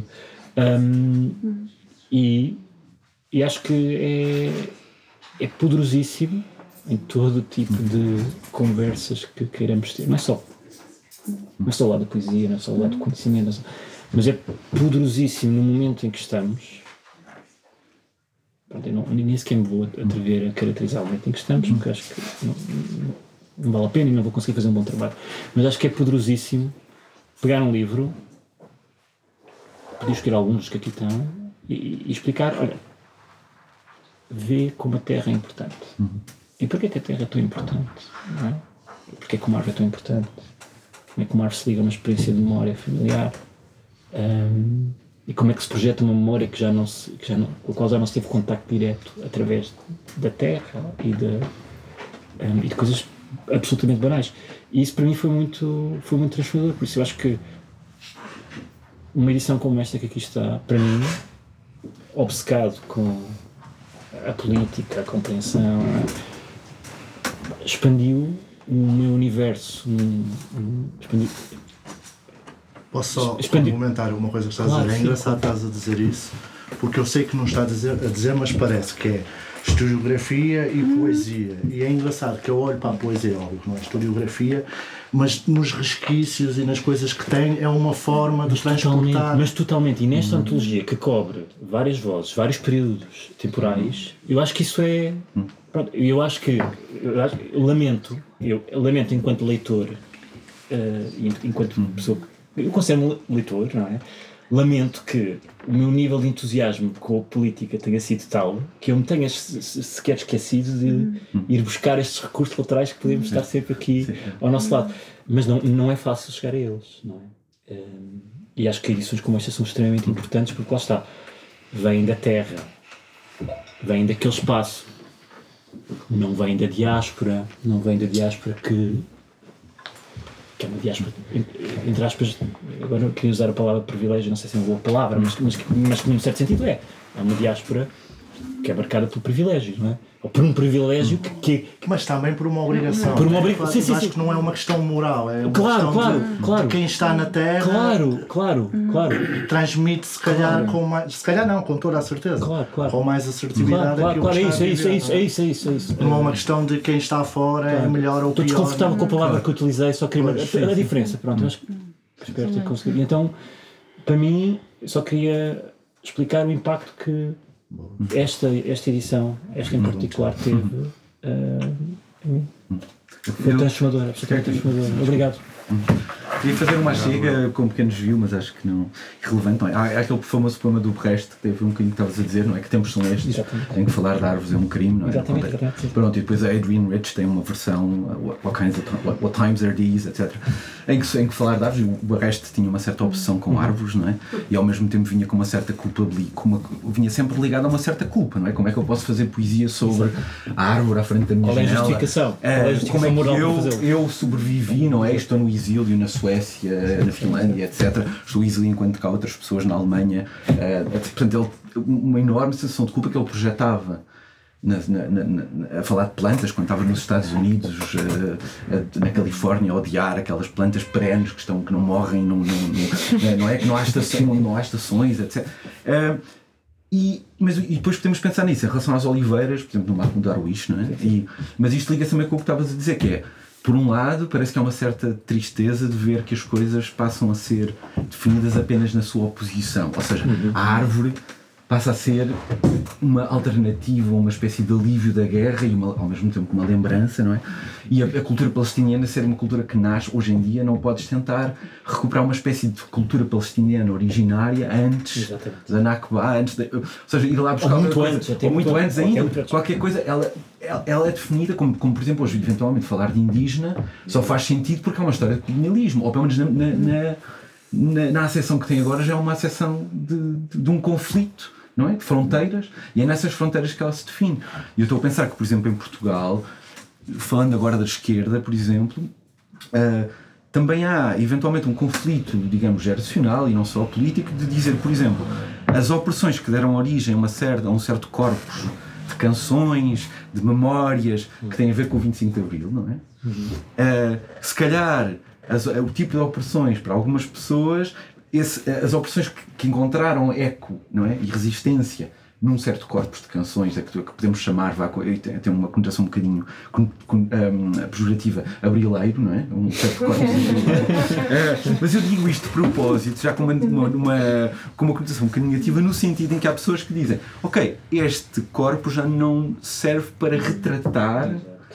E acho que é poderosíssimo em todo o tipo de conversas que queiramos ter. Não é só o lado da poesia, não é só o lado do conhecimento, mas é poderosíssimo no momento em que estamos. Eu nem sequer me vou atrever a caracterizar o momento em que estamos, porque acho que não vale a pena e não vou conseguir fazer um bom trabalho. Mas acho que é poderosíssimo pegar um livro, poder escolher alguns dos que aqui estão e explicar, olha, vê como a terra é importante. E porquê que a terra é tão importante? Não é? Porquê que o mar é tão importante? Como é que o mar se liga a uma experiência de memória familiar? E como é que se projeta uma memória com a qual já não se teve contacto direto através da terra e de coisas absolutamente banais. E isso para mim foi muito transformador. Por isso eu acho que uma edição como esta que aqui está, para mim, obcecado com a política, a compreensão, expandiu o meu universo. Posso só complementar uma coisa que estás a dizer? É engraçado estás a dizer isso, porque eu sei que não está a dizer, mas parece que é historiografia e poesia. E é engraçado que eu olho para a poesia, óbvio, não é historiografia, mas nos resquícios e nas coisas que tem é uma forma de transportar. Mas totalmente. E nesta antologia que cobre várias vozes, vários períodos temporais, eu acho que isso é... Pronto, eu lamento enquanto leitor, enquanto pessoa... Eu considero-me leitor, não é? Lamento que o meu nível de entusiasmo com a política tenha sido tal que eu me tenha sequer esquecido de ir buscar estes recursos laterais que podemos estar sempre aqui ao nosso lado. Mas não é fácil chegar a eles, não é? E acho que edições como esta são extremamente importantes porque lá está, vêm da terra, vêm daquele espaço, não vêm da diáspora, que é uma diáspora, entre aspas, agora eu queria usar a palavra privilégio, não sei se é uma boa palavra, mas que num certo sentido é uma diáspora que é marcada pelo privilégio, não é? Ou por um privilégio que mas também por uma obrigação. Por uma obrigação. Sim, acho que não é uma questão moral, é uma questão de quem está na terra. Claro. Transmite se calhar com mais, se calhar não, com toda a certeza. Claro. Com mais assertividade. Claro, é isso. Não é uma questão de quem está fora é melhor ou pior. Estou desconfortável com a palavra que utilizei, só queria a diferença, pronto, acho que espero ter conseguido. Então, para mim, só queria explicar o impacto que esta edição, esta em particular, teve em mim. Foi transformadora, absolutamente transformadora. Obrigado. Queria fazer uma chega com um pequeno desvio, mas acho que não irrelevante. Não é? Há aquele famoso poema do Brecht que teve um bocadinho que estavas a dizer, não é? Que tempos são estes? Em que falar de árvores é um crime, não é? Exatamente. Pronto, e depois a Adrienne Rich tem uma versão, what times are these, etc. Em que falar de árvores, o Brecht tinha uma certa obsessão com árvores, não é? E ao mesmo tempo vinha com uma certa culpabilidade, vinha sempre ligado a uma certa culpa, não é? Como é que eu posso fazer poesia sobre a árvore à frente da minha janela? Qual é a justificação? Como é que eu sobrevivi, não é? Estou no exílio na Suécia, na Finlândia, etc. Estou no exílio enquanto que há outras pessoas na Alemanha. Portanto, uma enorme sensação de culpa que ele projetava a falar de plantas, quando estava nos Estados Unidos, na Califórnia, a odiar aquelas plantas perenes que não morrem, não é? Que não há estações, etc. E depois podemos pensar nisso, em relação às oliveiras, por exemplo, no Mahmoud Darwish, não é? Mas isto liga também com o que estavas a dizer, que é, por um lado, parece que há uma certa tristeza de ver que as coisas passam a ser definidas apenas na sua oposição. Ou seja, a árvore passa a ser uma alternativa, uma espécie de alívio da guerra e ao mesmo tempo uma lembrança, não é? E a cultura palestiniana ser uma cultura que nasce hoje em dia, não podes tentar recuperar uma espécie de cultura palestiniana originária antes da Nakba, ou seja, ir lá buscar muito antes ainda, qualquer coisa, ela é definida como, por exemplo, hoje eventualmente falar de indígena só faz sentido porque é uma história de colonialismo, ou pelo menos na acessão que tem agora já é uma acessão de um conflito, não é? De fronteiras, e é nessas fronteiras que ela se define. E eu estou a pensar que, por exemplo, em Portugal, falando agora da esquerda, por exemplo, também há eventualmente um conflito, digamos, geracional e não só político, de dizer, por exemplo, as opressões que deram origem a um certo corpus de canções, de memórias que têm a ver com o 25 de Abril, não é? Se calhar o tipo de opressões para algumas pessoas, as opressões que encontraram eco, não é? E resistência num certo corpus de canções, que podemos chamar, tem uma conotação um bocadinho pejorativa, abrileiro, não é? Um certo corpus de mas eu digo isto de propósito, já com uma conotação um bocadinho negativa, no sentido em que há pessoas que dizem, ok, este corpo já não serve para retratar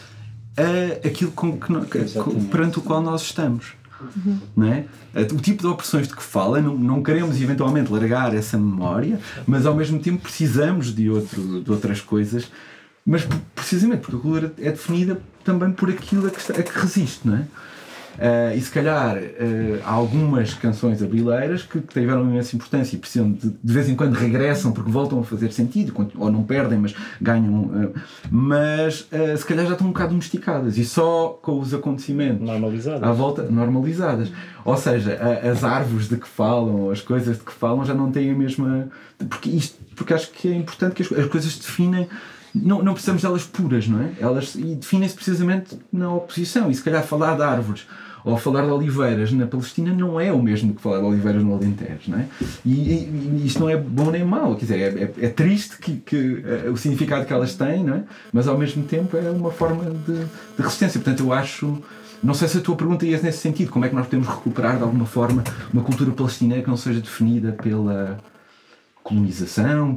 aquilo perante o qual nós estamos. Não é? O tipo de opressões de que fala, não queremos eventualmente largar essa memória, mas ao mesmo tempo precisamos de outras coisas, mas precisamente porque a cultura é definida também por aquilo a que resiste, não é? E se calhar há algumas canções abrileiras que tiveram imensa importância e precisam de vez em quando regressam porque voltam a fazer sentido, ou não perdem, mas ganham, mas se calhar já estão um bocado domesticadas e só com os acontecimentos à volta normalizadas. Ou seja, as árvores de que falam, as coisas de que falam já não têm a mesma... Porque acho que é importante que as coisas se definem. Não precisamos delas puras, não é? Elas definem-se precisamente na oposição. E se calhar falar de árvores ou falar de oliveiras na Palestina não é o mesmo que falar de oliveiras no Alentejo, não é? E isto não é bom nem mau, quer dizer, é triste que o significado que elas têm, não é? Mas ao mesmo tempo é uma forma de resistência. Portanto, eu acho... Não sei se a tua pergunta ia nesse sentido. Como é que nós podemos recuperar de alguma forma uma cultura palestina que não seja definida pela colonização,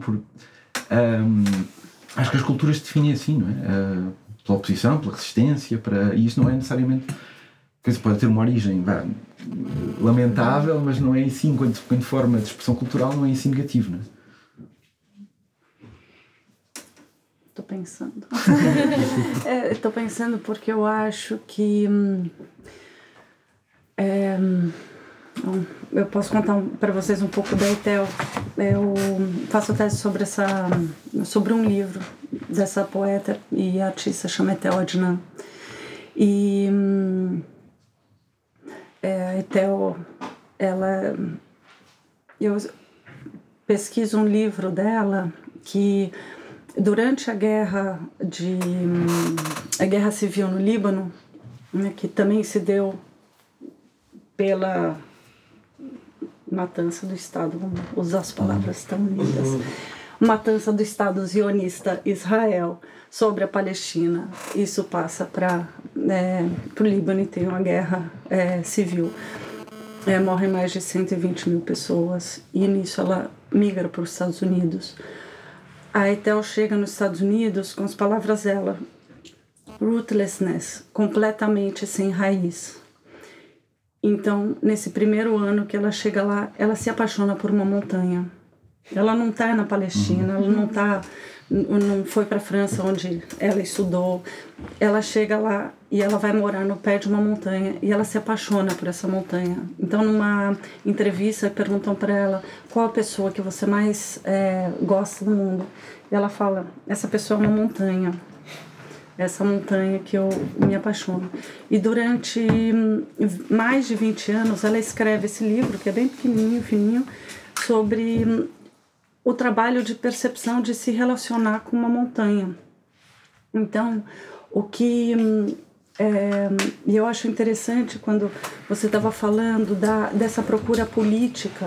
acho que as culturas se definem assim, não é? Pela oposição, pela resistência, e isso não é necessariamente... Quer dizer, pode ter uma origem lamentável, mas não é assim, enquanto forma de expressão cultural, não é assim negativo, não é? Estou pensando. Estou pensando porque eu acho que... eu posso contar para vocês um pouco da Etel. Eu faço tese sobre um livro dessa poeta e artista chama Etel Adnan. E a Etel, eu pesquiso um livro dela que durante a guerra civil no Líbano, né, que também se deu pela matança do Estado, vamos usar as palavras tão lindas, matança do Estado zionista Israel sobre a Palestina. Isso passa para o Líbano e tem uma guerra civil. Morrem mais de 120 mil pessoas e nisso ela migra para os Estados Unidos. A Etel chega nos Estados Unidos com as palavras dela, rootlessness, completamente sem raiz. Então, nesse primeiro ano que ela chega lá, ela se apaixona por uma montanha. Ela não está na Palestina, ela não foi para a França onde ela estudou. Ela chega lá e ela vai morar no pé de uma montanha e ela se apaixona por essa montanha. Então, numa entrevista, perguntam para ela qual a pessoa que você mais gosta do mundo. E ela fala, essa pessoa é uma montanha. Essa montanha que eu me apaixono. E durante mais de 20 anos ela escreve esse livro, que é bem pequenininho, fininho, sobre o trabalho de percepção de se relacionar com uma montanha. Então, o que eu acho interessante quando você estava falando dessa procura política,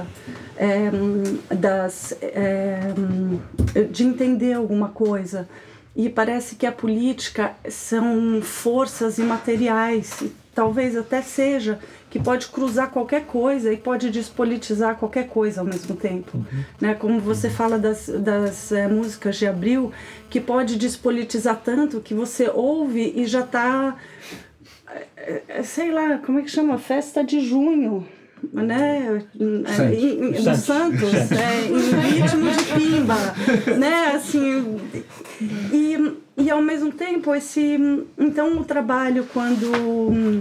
de entender alguma coisa. E parece que a política são forças imateriais, e talvez até seja que pode cruzar qualquer coisa e pode despolitizar qualquer coisa ao mesmo tempo. Né? Como você fala das músicas de Abril, que pode despolitizar tanto que você ouve e já está, sei lá, como é que chama? Festa de junho. Né? Dos Santos, em ritmo de pimba, né? Assim, e ao mesmo tempo então o trabalho quando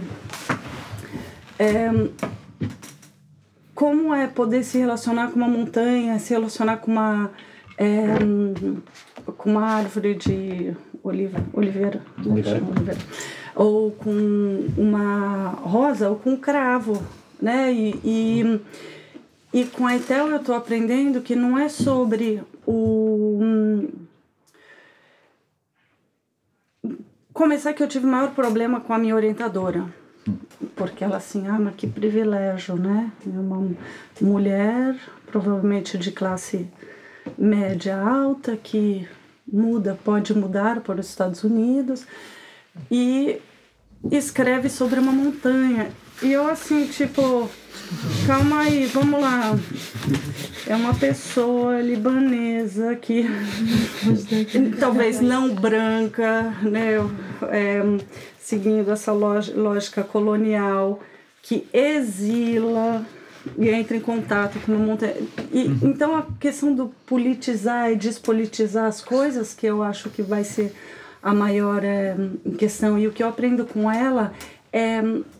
como é poder se relacionar com uma montanha, se relacionar com uma árvore de oliveira, ou com uma rosa, ou com um cravo, né? E com a Etel eu estou aprendendo que não é sobre começar que eu tive o maior problema com a minha orientadora, porque ela assim, mas que privilégio, né? É uma mulher provavelmente de classe média alta que pode mudar para os Estados Unidos e escreve sobre uma montanha. E eu assim, tipo, calma aí, vamos lá. É uma pessoa libanesa que talvez não branca, né, seguindo essa lógica colonial, que exila e entra em contato com uma montanha. Então a questão do politizar e despolitizar as coisas, que eu acho que vai ser a maior questão, e o que eu aprendo com ela é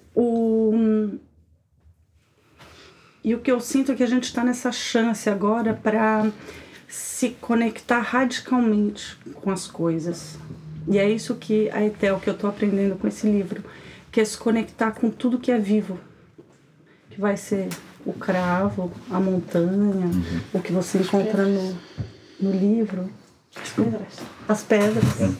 e o que eu sinto é que a gente está nessa chance agora para se conectar radicalmente com as coisas. E é isso que a Etel, que eu estou aprendendo com esse livro, que é se conectar com tudo que é vivo. Que vai ser o cravo, a montanha, o que você encontra no livro. As pedras.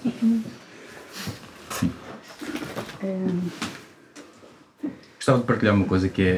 Gostava de partilhar uma coisa que é...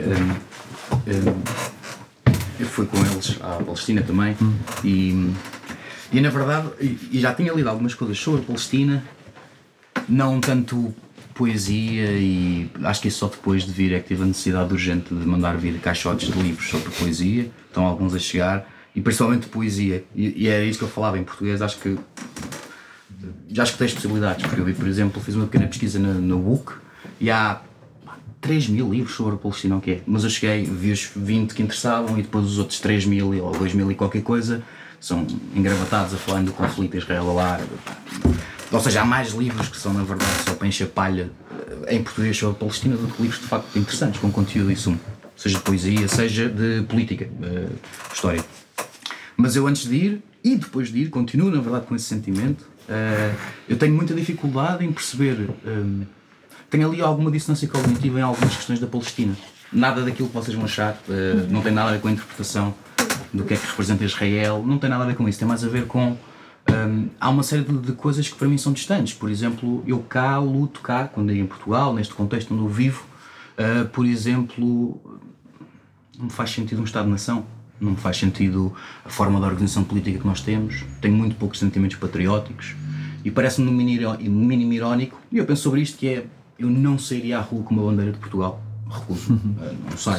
eu fui com eles à Palestina também e na verdade e já tinha lido algumas coisas sobre a Palestina, não tanto poesia, e acho que isso só depois de vir é que tive a necessidade urgente de mandar vir caixotes de livros sobre poesia, estão alguns a chegar, e principalmente poesia, e era isso que eu falava em português. Acho que já escutei as possibilidades, porque eu vi, por exemplo, fiz uma pequena pesquisa na WUC e há 3.000 livros sobre a Palestina, o que é? Mas eu cheguei, vi os 20 que interessavam e depois os outros 3.000 ou 2.000 e qualquer coisa são engravatados a falar do conflito israelo-árabe. Ou seja, há mais livros que são, na verdade, só para encher palha em português sobre a Palestina do que livros de facto interessantes, com conteúdo e sumo, seja de poesia, seja de política, história. Mas eu antes de ir e depois de ir, continuo, na verdade, com esse sentimento. Eu tenho muita dificuldade em perceber... Tenho ali alguma dissonância cognitiva em algumas questões da Palestina. Nada daquilo que vocês vão achar, não tem nada a ver com a interpretação do que é que representa Israel, não tem nada a ver com isso, tem mais a ver com... há uma série de coisas que para mim são distantes. Por exemplo, eu luto cá, quando digo em Portugal, neste contexto onde eu vivo, por exemplo, não me faz sentido um Estado-nação, não me faz sentido a forma de organização política que nós temos, tenho muito poucos sentimentos patrióticos e parece-me no mínimo irónico, e eu penso sobre isto, que é: eu não sairia à rua com uma bandeira de Portugal, recuso, não saio.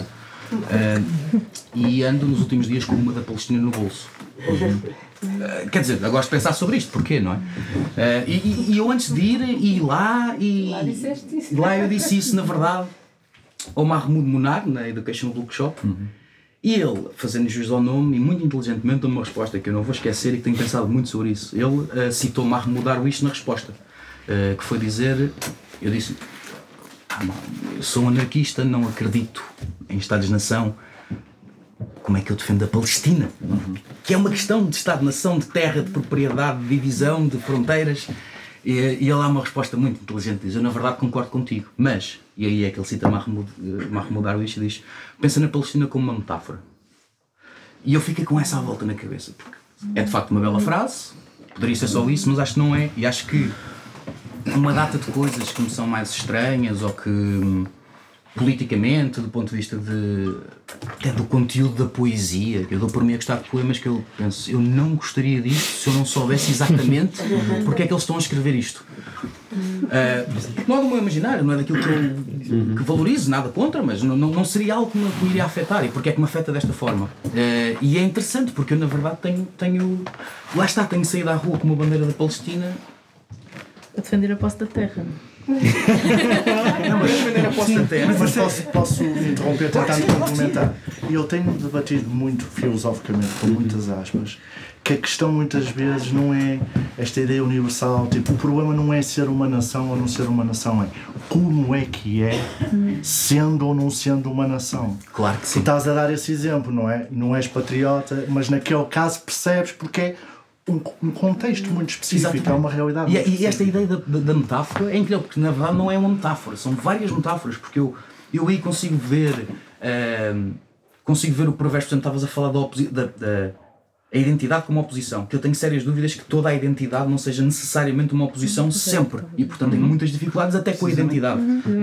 E ando nos últimos dias com uma da Palestina no bolso. Quer dizer, eu gosto de pensar sobre isto, porquê, não é? E eu antes de ir lá disseste isso. Lá eu disse isso, na verdade, ao Mahmoud Munar, na Education Bookshop, e ele, fazendo juízo ao nome e muito inteligentemente, deu uma resposta que eu não vou esquecer e que tenho pensado muito sobre isso. Ele citou Mahmoud Darwish na resposta, que foi dizer... Eu disse: eu sou um anarquista, não acredito em Estados-nação. Como é que eu defendo a Palestina? Que é uma questão de Estado-nação, de terra, de propriedade, de divisão, de fronteiras. E ele dá uma resposta muito inteligente, diz: eu na verdade concordo contigo, mas... E aí é que ele cita Mahmoud Darwish e diz: pensa na Palestina como uma metáfora. E eu fiquei com essa à volta na cabeça, porque é de facto uma bela frase, poderia ser só isso, mas acho que não é, e acho que uma data de coisas que me são mais estranhas, ou que politicamente, do ponto de vista até do conteúdo da poesia, eu dou por mim a gostar de poemas que eu penso, eu não gostaria disto se eu não soubesse exatamente porque é que eles estão a escrever isto. Não é do meu imaginário, não é daquilo que eu que valorizo, nada contra, mas não seria algo que me iria afetar. E porque é que me afeta desta forma? E é interessante, porque eu na verdade tenho lá está, tenho saído à rua com uma bandeira da Palestina A defender a posse da terra. Não, mas defender a posse da terra. Mas posso interromper tentando complementar. Eu tenho debatido muito filosoficamente, com muitas aspas, que a questão muitas vezes não é esta ideia universal, tipo, o problema não é ser uma nação ou não ser uma nação, é como é que é sendo ou não sendo uma nação. Claro que Tu sim. estás a dar esse exemplo, não é? Não és patriota, mas naquele caso percebes porque é um contexto muito específico, Exatamente. é uma realidade muito E esta específica. ideia da metáfora é incrível, porque na verdade não é uma metáfora, são várias metáforas, porque eu aí consigo ver o perverso. Portanto, estavas a falar da a identidade como oposição, que eu tenho sérias dúvidas que toda a identidade não seja necessariamente uma oposição sempre, e portanto tenho muitas dificuldades até com a identidade.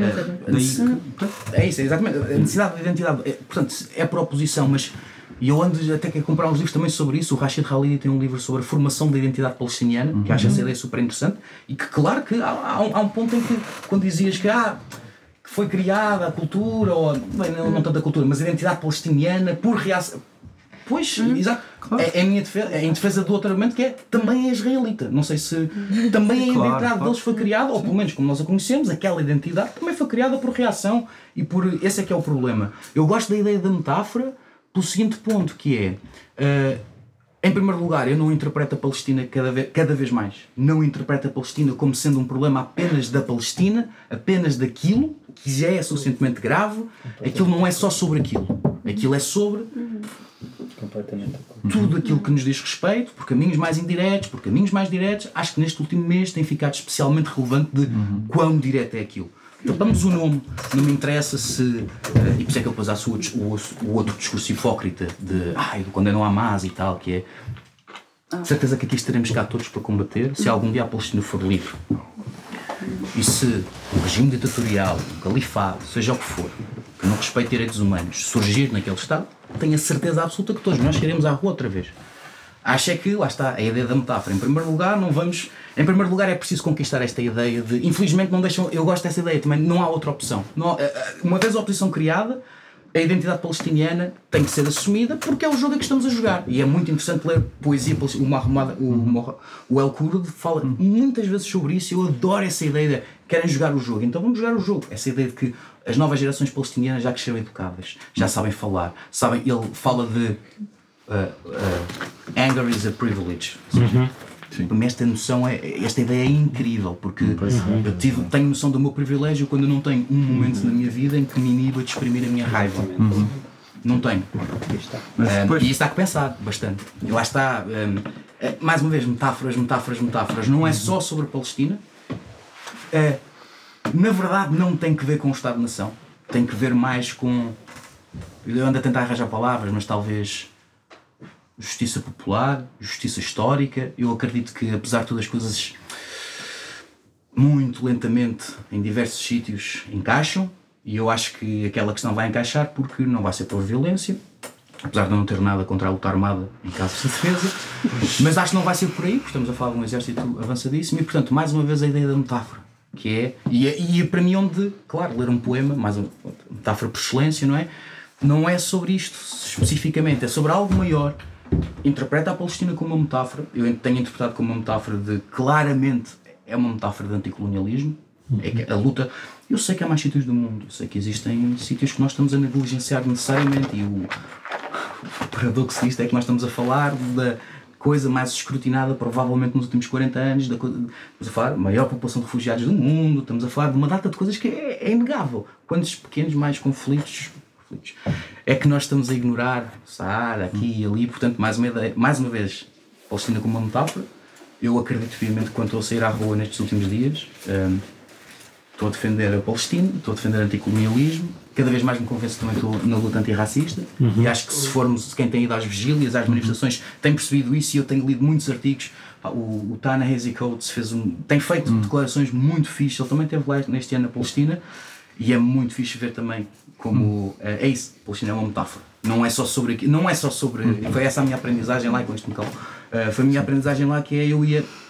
É isso, é exatamente, a necessidade de identidade, portanto, é por oposição, mas e eu ando até quero comprar uns livros também sobre isso. O Rashid Khalidi tem um livro sobre a formação da identidade palestiniana, que acho essa ideia super interessante, e que claro que há um ponto em que, quando dizias que foi criada a cultura, ou bem, não tanto a cultura, mas a identidade palestiniana por reação. Pois, exato. Claro. É a minha defesa, é em defesa do outro argumento, que é também é israelita. Não sei se também a identidade deles foi criada, ou pelo menos como nós a conhecemos, aquela identidade também foi criada por reação, e por esse é que é o problema. Eu gosto da ideia da metáfora pelo seguinte ponto, que é em primeiro lugar, eu não interpreto a Palestina cada vez mais. Não interpreto a Palestina como sendo um problema apenas da Palestina, apenas daquilo, que já é suficientemente grave. Aquilo não é só sobre aquilo. Aquilo é sobre Completamente. tudo aquilo que nos diz respeito, por caminhos mais indiretos, por caminhos mais diretos. Acho que neste último mês tem ficado especialmente relevante de quão direto é aquilo. Tapamos o nome, não me interessa se... e por isso é que ele depois há o outro discurso hipócrita de quando não há Hamas e tal, que é... certeza que aqui estaremos cá todos para combater, se algum dia a Palestina for livre. E se o regime ditatorial, o califado, seja o que for, que não respeite direitos humanos, surgir naquele Estado, tenho a certeza absoluta que todos nós iremos à rua outra vez. Acho é que, lá está, a ideia da metáfora. Em primeiro lugar, em primeiro lugar é preciso conquistar esta ideia de... Infelizmente não deixam... Eu gosto dessa ideia também, não há outra opção. Uma vez a oposição criada, a identidade palestiniana tem que ser assumida porque é o jogo que estamos a jogar. E é muito interessante ler poesia palestina. O El Kurd fala muitas vezes sobre isso e eu adoro essa ideia de querem jogar o jogo. Então vamos jogar o jogo. Essa ideia de que as novas gerações palestinianas já cresceram educadas, já sabem falar. Ele fala de... anger is a privilege. Esta noção esta ideia é incrível, porque eu tenho noção do meu privilégio quando eu não tenho um momento na minha vida em que me iniba de exprimir a minha raiva. Não tenho. E isso há que pensar bastante. E lá está, mais uma vez, metáforas. Não é só sobre a Palestina. Na verdade, não tem que ver com o Estado-nação. Tem que ver mais com... Eu ando a tentar arranjar palavras, mas talvez... justiça popular, justiça histórica. Eu acredito que, apesar de todas as coisas muito lentamente em diversos sítios encaixam, e eu acho que aquela questão vai encaixar porque não vai ser por violência, apesar de eu não ter nada contra a luta armada em casos de defesa, mas acho que não vai ser por aí, porque estamos a falar de um exército avançadíssimo, e portanto, mais uma vez, a ideia da metáfora, que é, e para mim onde, claro, ler um poema, mais uma metáfora por excelência, não é? Não é sobre isto especificamente, é sobre algo maior. Interpreta a Palestina como uma metáfora. Eu tenho interpretado como uma metáfora de, claramente, é uma metáfora de anticolonialismo. É que a luta... Eu sei que há mais sítios do mundo, eu sei que existem sítios que nós estamos a negligenciar necessariamente, e o paradoxo disto é que nós estamos a falar da coisa mais escrutinada provavelmente nos últimos 40 anos, estamos a falar da maior população de refugiados do mundo, estamos a falar de uma data de coisas que é inegável. Quantos pequenos mais conflitos é que nós estamos a ignorar, Saara, aqui e ali. Portanto, mais uma vez, Palestina como uma metáfora. Eu acredito viamente que quando estou a sair à rua nestes últimos dias, estou a defender a Palestina, estou a defender o anticolonialismo, cada vez mais me convenço que também estou na luta antirracista, e acho que se formos, quem tem ido às vigílias, às manifestações, tem percebido isso, e eu tenho lido muitos artigos. O Ta-Nehisi Coates tem feito declarações muito fixes, ele também esteve lá neste ano na Palestina, e é muito fixe ver também como é isso, a Palestina é uma metáfora. Não é só sobre... Foi essa a minha aprendizagem lá, com isto me calmo. Foi a minha aprendizagem lá, que é, eu ia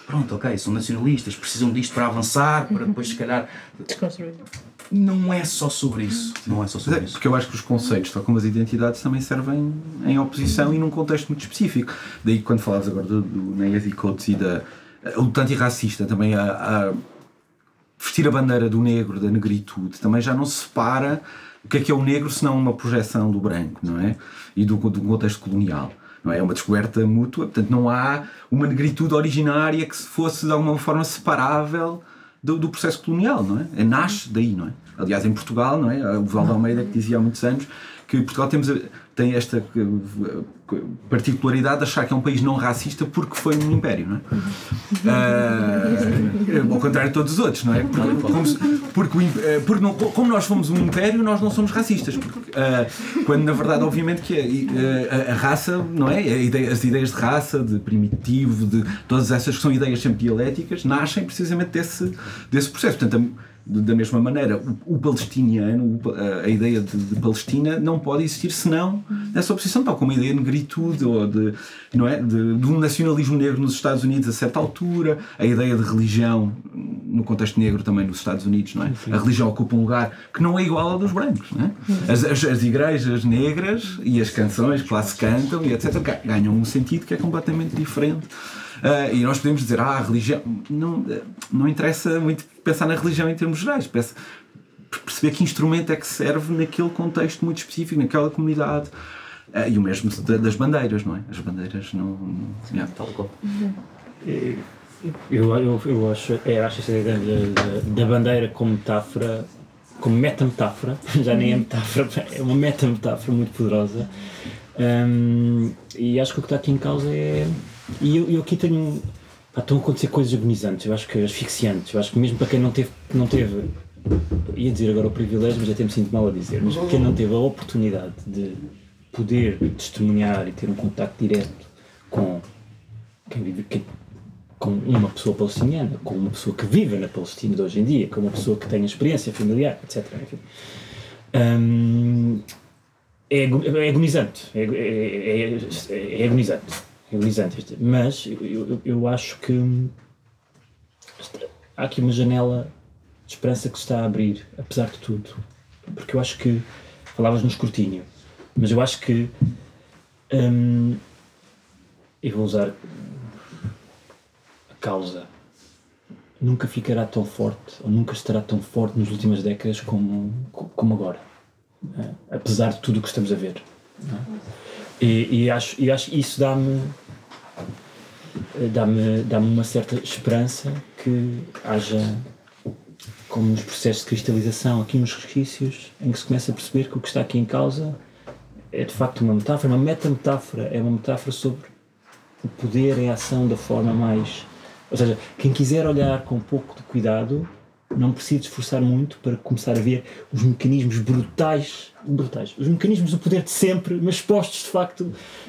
pronto, ok, são nacionalistas, precisam disto para avançar, para depois se calhar... Desconstruir. Não é só sobre isso. Não é só sobre isso. Porque eu acho que os conceitos, tal como as identidades, também servem em oposição e num contexto muito específico. Daí quando falavas agora do Nayeli Coates e da luta antirracista, também a vestir a bandeira do negro, da negritude, também já não se separa o que é o negro senão uma projeção do branco, não é? E do contexto colonial. Não é? É uma descoberta mútua, portanto não há uma negritude originária que fosse de alguma forma separável do processo colonial, não é? Nasce daí, não é? Aliás, em Portugal, não é? O Valdo Almeida que dizia há muitos anos que Portugal tem esta particularidade de achar que é um país não racista porque foi um império, não é? Ao contrário de todos os outros, não é? Como nós fomos um império, nós não somos racistas. Quando, na verdade, obviamente, que a raça, não é? As ideias de raça, de primitivo, de todas essas que são ideias sempre dialéticas, nascem precisamente desse processo. Portanto, da mesma maneira, o palestiniano, a ideia de Palestina não pode existir senão nessa oposição, tal como a ideia de negritude ou de um nacionalismo negro nos Estados Unidos a certa altura, a ideia de religião no contexto negro também nos Estados Unidos, não é? A religião ocupa um lugar que não é igual ao dos brancos, não é? As igrejas negras e as canções que lá se cantam e etc. ganham um sentido que é completamente diferente. E nós podemos dizer, a religião não interessa muito pensar na religião em termos gerais, perceber que instrumento é que serve naquele contexto muito específico, naquela comunidade. E o mesmo das bandeiras, não é? As bandeiras não tal qual. Eu acho essa ideia da bandeira como metáfora, como metametáfora, já nem é metáfora, é uma metametáfora muito poderosa. E acho que o que está aqui em causa é... E eu aqui tenho... Estão a acontecer coisas agonizantes, eu acho que asfixiantes. Eu acho que mesmo para quem não teve ia dizer agora o privilégio, mas até me sinto mal a dizer, mas para quem não teve a oportunidade de poder testemunhar e ter um contacto direto com quem vive, com uma pessoa palestiniana, com uma pessoa que vive na Palestina de hoje em dia, com uma pessoa que tem experiência familiar, etc. Enfim. É agonizante. É agonizante. Mas eu acho que há aqui uma janela de esperança que se está a abrir, apesar de tudo. Porque eu acho que, falavas no escrutínio, mas eu acho que eu vou usar a causa, nunca ficará tão forte, ou nunca estará tão forte nas últimas décadas como agora, apesar de tudo o que estamos a ver. E acho isso dá-me uma certa esperança que haja, como nos processos de cristalização, aqui uns resquícios em que se começa a perceber que o que está aqui em causa é de facto uma metáfora, uma metametáfora, é uma metáfora sobre o poder em ação da forma mais... Ou seja, quem quiser olhar com um pouco de cuidado não precisa esforçar muito para começar a ver os mecanismos brutais, os mecanismos do poder de sempre, mas postos de facto...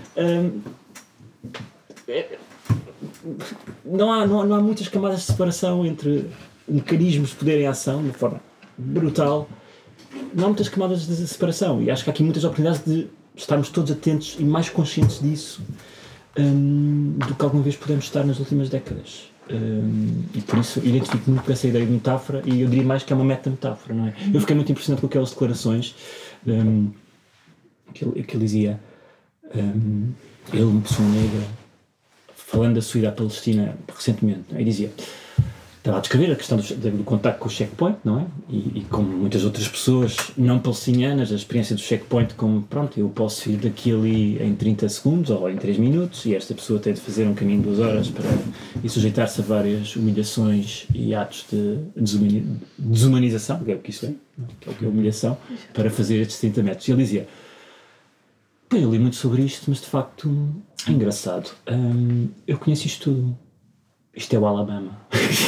Não há muitas camadas de separação entre mecanismos de poder em ação, de forma brutal. Não há muitas camadas de separação, e acho que há aqui muitas oportunidades de estarmos todos atentos e mais conscientes disso do que alguma vez podemos estar nas últimas décadas. E por isso identifico muito com essa ideia de metáfora, e eu diria mais que é uma metametáfora, não é? Eu fiquei muito impressionado com aquelas declarações que ele dizia, ele, uma pessoa negra, falando da sua ida à Palestina recentemente, não é? E dizia, estava a descrever a questão do contacto com o checkpoint, não é? E como muitas outras pessoas não palestinianas, a experiência do checkpoint como, pronto, eu posso ir daqui ali em 30 segundos ou em 3 minutos, e esta pessoa tem de fazer um caminho de 2 horas e sujeitar-se a várias humilhações e atos de desumanização, que é o que isso é, que é o que é humilhação, para fazer estes 30 metros. E ele dizia, eu li muito sobre isto, mas de facto é engraçado. Eu conheço isto tudo. Isto é o Alabama.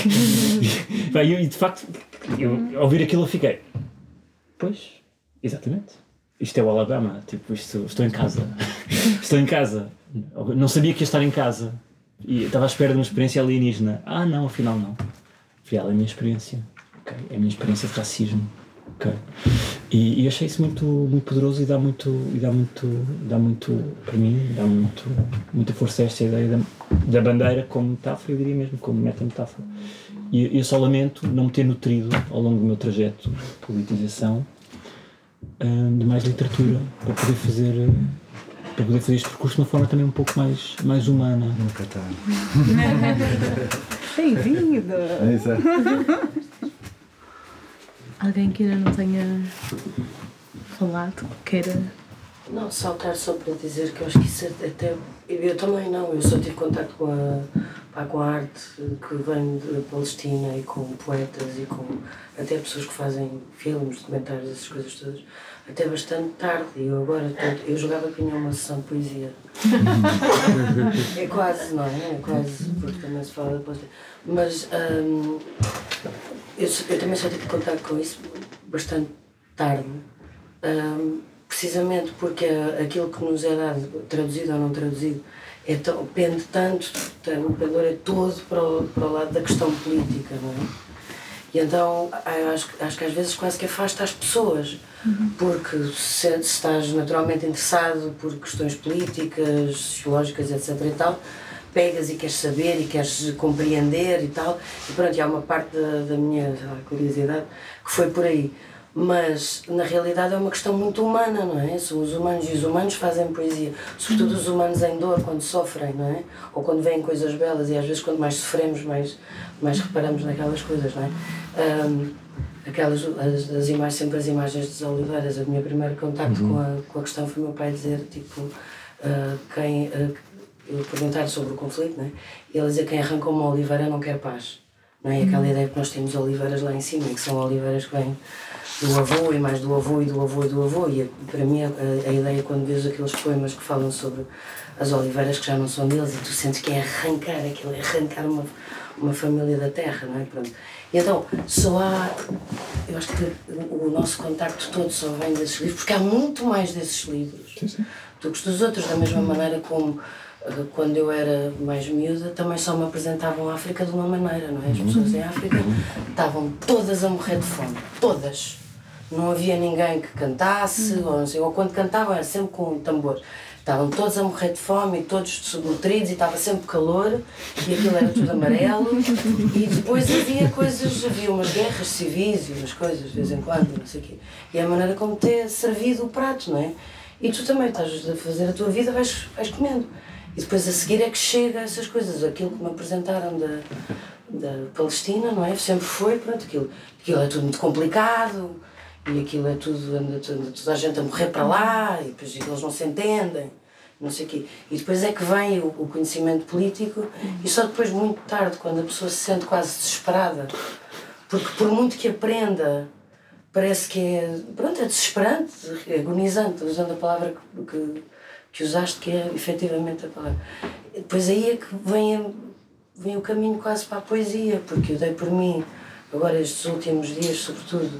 E de facto, ao ouvir aquilo eu fiquei, pois, exatamente. Isto é o Alabama. Tipo, estou em casa. Estou em casa. Não sabia que ia estar em casa. E estava à espera de uma experiência alienígena. Não, afinal não. Afinal é a minha experiência. Okay. É a minha experiência de racismo. Ok. E achei isso muito, muito poderoso e dá muito, para mim, dá muita força a esta ideia da bandeira como metáfora, eu diria mesmo como metametáfora. E eu só lamento não me ter nutrido ao longo do meu trajeto de politização de mais literatura para poder fazer este percurso de uma forma também um pouco mais humana. Nunca está. Bem-vindo! Exato. Alguém que ainda não tenha falado, queira... Não, saltar só para dizer que eu acho que isso até... Eu também não, eu só tive contato com a arte que vem da Palestina e com poetas e com até pessoas que fazem filmes, documentários, essas coisas todas, até bastante tarde. E eu agora, eu jogava que tinha uma sessão de poesia. É quase, não é? É quase, porque também se fala da Palestina. Mas eu também só tive contato com isso bastante tarde. Precisamente porque aquilo que nos é dado, traduzido ou não traduzido, pende tanto, o pendor é todo para o lado da questão política, não é? E então acho que às vezes quase que afasta as pessoas, porque se estás naturalmente interessado por questões políticas, sociológicas, etc. e tal, pegas e queres saber e queres compreender e tal, e pronto, e há uma parte da minha curiosidade que foi por aí. Mas, na realidade, é uma questão muito humana, não é? São os humanos, e os humanos fazem poesia. Sobretudo os humanos em dor, quando sofrem, não é? Ou quando veem coisas belas, e às vezes quanto mais sofremos, mais reparamos naquelas coisas, não é? As imagens, sempre as imagens dos oliveiras. O meu primeiro contacto com a questão foi o meu pai dizer, tipo, eu perguntar sobre o conflito, não é? E ele dizia que quem arranca uma oliveira não quer paz. Não é? Aquela ideia que nós temos oliveiras lá em cima, que são oliveiras que vêm do avô e mais do avô e do avô e do avô, e para mim a ideia quando vês aqueles poemas que falam sobre as oliveiras que já não são deles e tu sentes que é arrancar aquilo, é arrancar uma família da terra, não é? Pronto. E então eu acho que o nosso contacto todo só vem desses livros, porque há muito mais desses livros do que dos outros, da mesma maneira como quando eu era mais miúda também só me apresentavam a África de uma maneira, não é? As pessoas em África estavam todas a morrer de fome, todas. Não havia ninguém que cantasse, ou não sei, ou quando cantavam era sempre com um tambor. Estavam todos a morrer de fome e todos subnutridos e estava sempre calor e aquilo era tudo amarelo. E depois havia umas guerras civis e umas coisas de vez em quando, não sei o quê. E é a maneira como te é servido o prato, não é? E tu também estás a fazer a tua vida, vais comendo. E depois a seguir é que chega a essas coisas, aquilo que me apresentaram da Palestina, não é? Sempre foi, pronto, aquilo é tudo muito complicado e aquilo é tudo, anda toda a gente a morrer para lá e depois eles não se entendem, não sei o quê. E depois é que vem o conhecimento político e só depois, muito tarde, quando a pessoa se sente quase desesperada, porque por muito que aprenda, parece que é desesperante, é agonizante, usando a palavra que usaste, que é efetivamente a palavra. Depois aí é que vem o caminho quase para a poesia, porque eu dei por mim, agora estes últimos dias, sobretudo,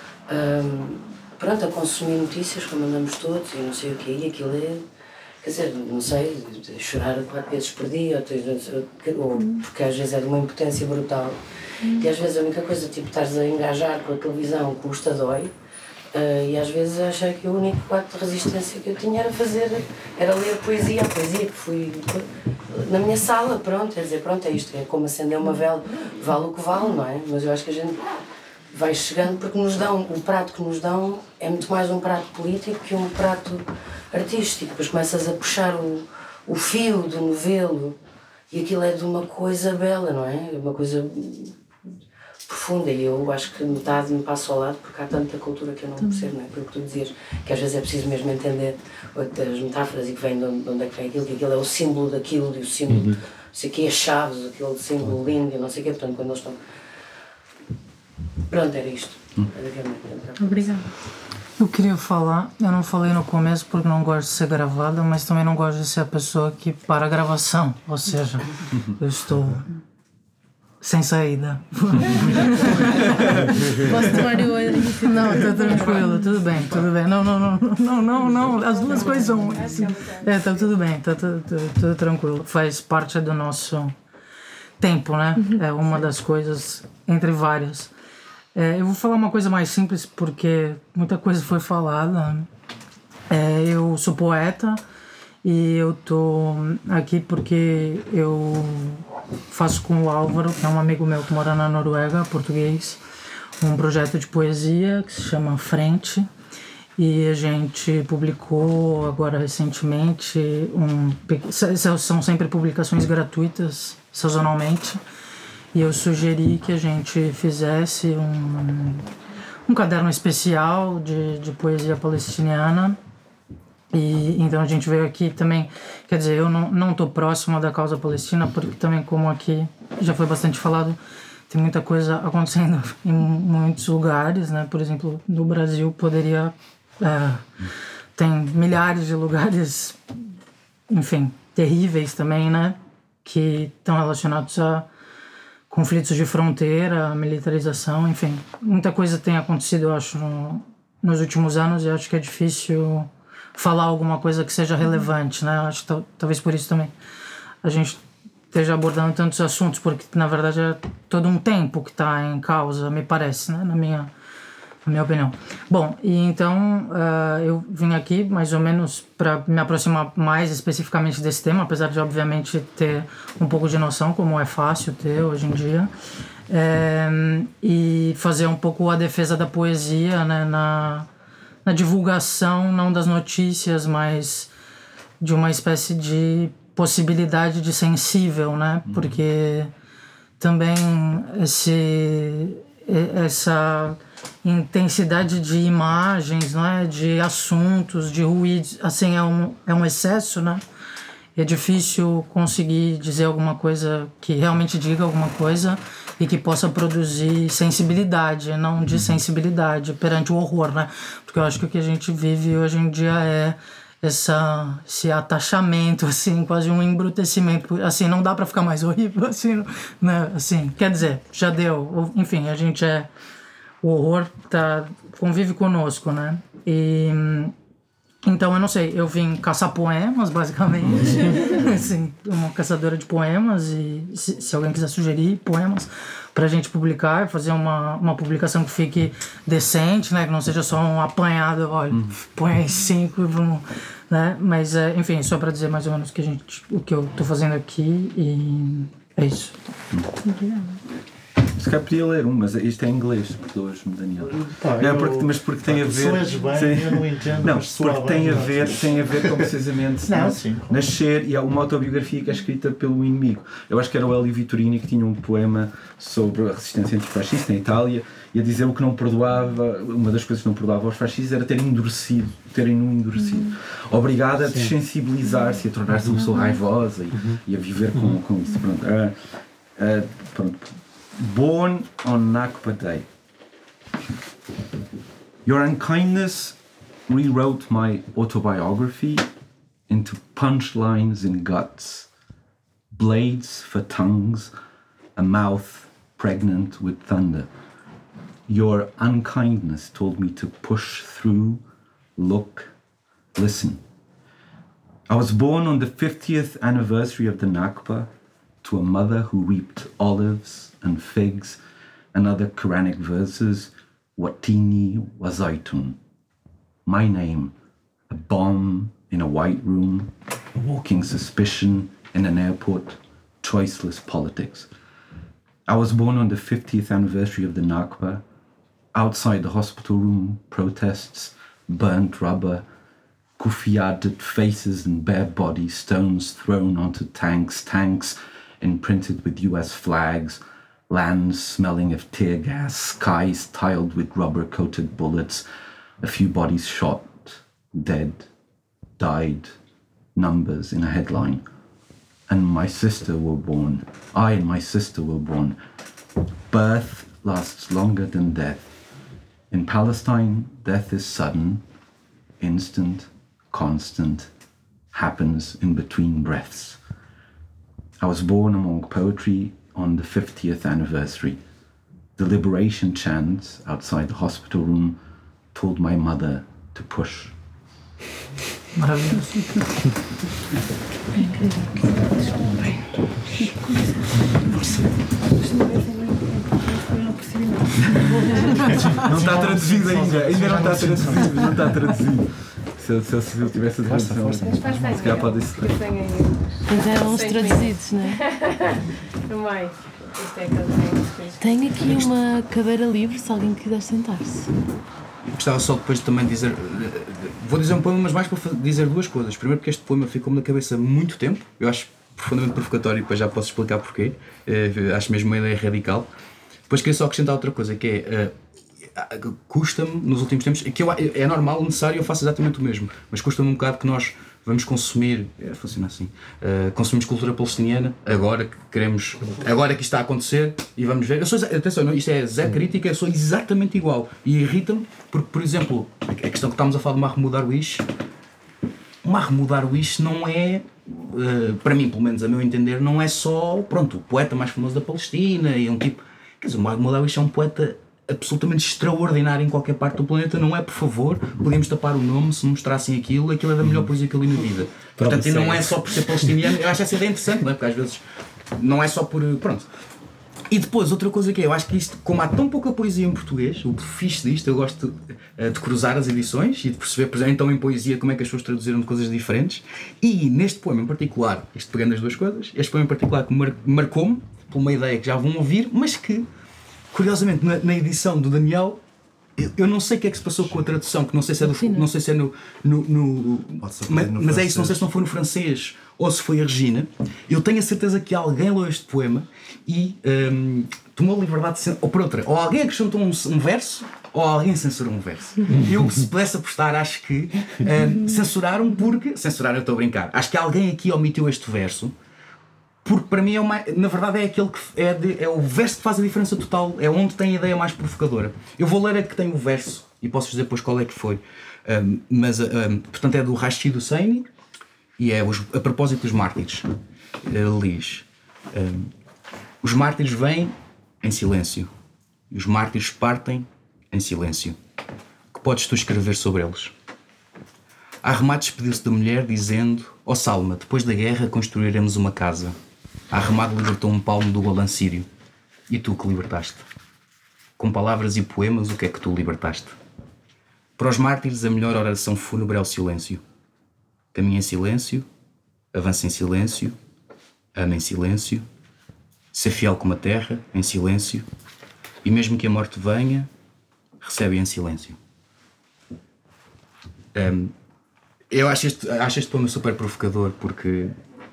a consumir notícias, como andamos todos, e não sei o quê, e aquilo é, quer dizer, não sei, chorar 4 vezes por dia, ou porque às vezes é de uma impotência brutal, e às vezes a única coisa, tipo, estás a engajar com a televisão, custa dói. E às vezes achei que o único ato de resistência que eu tinha era ler a poesia que fui na minha sala, pronto, quer dizer, pronto, é isto, é como acender uma vela, vale o que vale, não é? Mas eu acho que a gente vai chegando porque o prato que nos dão é muito mais um prato político que um prato artístico, depois começas a puxar o fio do novelo e aquilo é de uma coisa bela, não é? Uma coisa profunda, e eu acho que metade me passa ao lado porque há tanta cultura que eu não percebo, não é? Porque tu dizias que às vezes é preciso mesmo entender as metáforas e que vem de onde é que vem aquilo, que aquilo é o símbolo daquilo e o símbolo, não sei o que, as chaves, aquele símbolo lindo e não sei o quê, portanto quando eles estão... Pronto, era isto. Obrigada. Eu queria falar, eu não falei no começo porque não gosto de ser gravada, mas também não gosto de ser a pessoa que para a gravação, ou seja, eu estou... sem saída. Posso tomar eu aí? Não, está tranquilo, tudo bem. Não, as duas coisas são assim. Está tudo bem, está tudo tranquilo. Faz parte do nosso tempo, né? É uma das coisas, entre várias. Eu vou falar uma coisa mais simples porque muita coisa foi falada. Eu sou poeta e eu tô aqui porque eu faço com o Álvaro, que é um amigo meu que mora na Noruega, português, um projeto de poesia que se chama Frente. E a gente publicou agora recentemente, são sempre publicações gratuitas, sazonalmente, e eu sugeri que a gente fizesse um caderno especial de poesia palestiniana. E então a gente veio aqui também, quer dizer, eu não estou próximo da causa palestina, porque também, como aqui já foi bastante falado, tem muita coisa acontecendo em muitos lugares, né? Por exemplo, no Brasil poderia... tem milhares de lugares, enfim, terríveis também, né? Que estão relacionados a conflitos de fronteira, militarização, enfim. Muita coisa tem acontecido, eu acho, nos últimos anos, e acho que é difícil falar alguma coisa que seja relevante, né? Acho que talvez por isso também a gente esteja abordando tantos assuntos, porque na verdade é todo um tempo que está em causa, me parece, né? Na minha opinião. Bom, e então eu vim aqui mais ou menos para me aproximar mais especificamente desse tema, apesar de obviamente ter um pouco de noção, como é fácil ter hoje em dia, e fazer um pouco a defesa da poesia, né, na divulgação, não das notícias, mas de uma espécie de possibilidade de sensível, né, porque também essa intensidade de imagens, né, de assuntos, de ruídos, assim, é um excesso, né? É difícil conseguir dizer alguma coisa que realmente diga alguma coisa e que possa produzir sensibilidade, não dissensibilidade perante o horror, né? Porque eu acho que o que a gente vive hoje em dia é esse atachamento, assim, quase um embrutecimento, assim, não dá para ficar mais horrível, assim, né? Assim, quer dizer, já deu, enfim, a gente o horror convive conosco, né? E então eu não sei, eu vim caçar poemas, basicamente, assim, uma caçadora de poemas, e se alguém quiser sugerir poemas pra gente publicar, fazer uma publicação que fique decente, né? Que não seja só um apanhado, olha, põe aí 5 e vamos, né? Mas enfim, só pra dizer mais ou menos o que eu tô fazendo aqui, e é isso. Se calhar podia ler mas isto é em inglês, perdoas-me, Daniel. Mas porque tem a ver. Eu não entendo. Não, porque tem a ver com precisamente nascer, e há uma autobiografia que é escrita pelo inimigo. Eu acho que era o Elio Vittorini, que tinha um poema sobre a resistência antifascista em Itália, e a dizer o que não perdoava, uma das coisas que não perdoava aos fascistas era terem-no endurecido. Obrigado a desensibilizar-se, a tornar-se uma pessoa raivosa e a viver com isso. Pronto. Born on Nakba Day. Your unkindness rewrote my autobiography into punchlines and guts, blades for tongues, a mouth pregnant with thunder. Your unkindness told me to push through, look, listen. I was born on the 50th anniversary of the Nakba to a mother who reaped olives and figs and other Quranic verses, Watini wa Zaitun. My name, a bomb in a white room, a walking suspicion in an airport, choiceless politics. I was born on the 50th anniversary of the Nakba. Outside the hospital room, protests, burnt rubber, kufiated faces and bare bodies, stones thrown onto tanks imprinted with US flags, lands smelling of tear gas, skies tiled with rubber-coated bullets, a few bodies shot, dead, died, numbers in a headline. And my sister were born. I and my sister were born. Birth lasts longer than death. In Palestine, death is sudden, instant, constant, happens in between breaths. I was born among poetry on the 50th anniversary. The liberation chants outside the hospital room told my mother to push. Maravilhoso. É incrível. Não está traduzido ainda não está traduzido. Se eu civil tivesse a tradução, se calhar pode ser. Pois é, uns traduzidos, não é? No meio. Isto é aquele. Tenho aqui uma cadeira livre se alguém quiser sentar-se. Gostava só depois de também dizer, vou dizer um poema, mas mais para dizer duas coisas. Primeiro porque este poema ficou-me na cabeça há muito tempo, eu acho profundamente provocatório e depois já posso explicar porquê, acho mesmo uma ideia radical. Depois queria só acrescentar outra coisa, que é, custa-me nos últimos tempos, que é normal, necessário, eu faço exatamente o mesmo, mas custa-me um bocado que nós vamos consumir, funciona assim, consumimos cultura palestiniana, agora que queremos, agora que isto está a acontecer e vamos ver. Atenção, não, isto é zero crítica, eu sou exatamente igual e irrita-me porque, por exemplo, a questão que estamos a falar do Mahmoud Darwish, o Mahmoud Darwish não é, para mim, pelo menos a meu entender, não é só, pronto, o poeta mais famoso da Palestina e um tipo, quer dizer, o Mahmoud Darwish é um poeta absolutamente extraordinário em qualquer parte do planeta, não é, por favor, podíamos tapar o nome se mostrassem aquilo é da melhor poesia que eu li na vida. Portanto, e não é só por ser palestiniano, eu acho essa ideia interessante, não é? Porque às vezes não é só por, pronto. E depois, outra coisa que eu acho que isto, como há tão pouca poesia em português, o fixe disto, eu gosto de cruzar as edições e de perceber, por exemplo, então em poesia como é que as pessoas traduziram de coisas diferentes, e neste poema em particular, isto pegando as duas coisas, este poema em particular que marcou-me, por uma ideia que já vão ouvir, mas que curiosamente, na edição do Daniel, eu não sei o que é que se passou com a tradução, que não sei se é não sei se é no mas é isso, não sei se não foi no francês ou se foi a Regina. Eu tenho a certeza que alguém leu este poema e tomou a liberdade de ou por outra, ou alguém acrescentou um verso, ou alguém censurou um verso. Eu, se pudesse apostar, acho que censuraram porque... Censuraram, eu estou a brincar. Acho que alguém aqui omitiu este verso, porque para mim na verdade é aquele que é o verso que faz a diferença total, é onde tem a ideia mais provocadora. Eu vou ler a que tem o verso e posso dizer depois qual é que foi, mas portanto é do Rashid Husseini e é a propósito dos mártires. Ele diz: os mártires vêm em silêncio e os mártires partem em silêncio. Que podes tu escrever sobre eles? Arremate despediu-se da mulher dizendo: ó Salma, depois da guerra construiremos uma casa. Arremado libertou um palmo do galã sírio. E tu que libertaste? Com palavras e poemas, o que é que tu libertaste? Para os mártires, a melhor oração fúnebre é o silêncio. Caminha em silêncio, avança em silêncio, ama em silêncio, ser fiel como a terra, em silêncio, e mesmo que a morte venha, recebe em silêncio. Eu acho este poema super provocador porque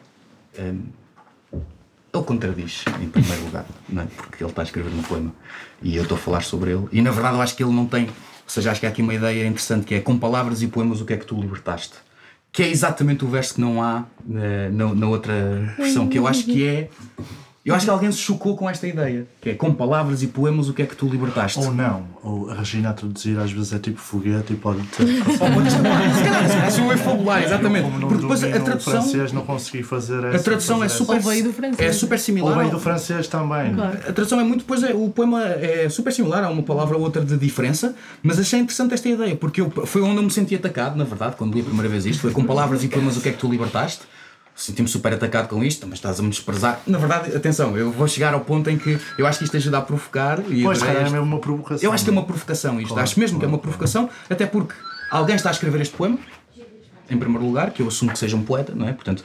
ele contradiz, em primeiro lugar, não é? Porque ele está a escrever um poema e eu estou a falar sobre ele, e na verdade eu acho que ele não tem, ou seja, acho que há aqui uma ideia interessante que é: com palavras e poemas, o que é que tu libertaste? Que é exatamente o verso que não há na outra versão, que eu acho que alguém se chocou com esta ideia, que é: com palavras e poemas, o que é que tu libertaste? Ou não, ou a Regina a traduzir às vezes é tipo foguete e pode ter... Se calhar, assim é fabular, exatamente. Porque depois a tradução... O francês não consegui fazer essa... A tradução é super... Ou veio do francês. É super similar... Ou veio do francês também. Claro. A tradução é muito... Depois o poema é super similar, há uma palavra ou outra de diferença, mas achei interessante esta ideia, porque foi onde eu me senti atacado, na verdade, quando li a primeira vez isto, foi: com palavras e poemas, o que é que tu libertaste? Senti-me super atacado com isto, mas estás a me desprezar. Na verdade, atenção, eu vou chegar ao ponto em que eu acho que isto ajuda a provocar. E pois, é mesmo uma provocação. Eu acho que é uma provocação isto, acho mesmo que é uma provocação, até porque alguém está a escrever este poema, em primeiro lugar, que eu assumo que seja um poeta, não é? Portanto,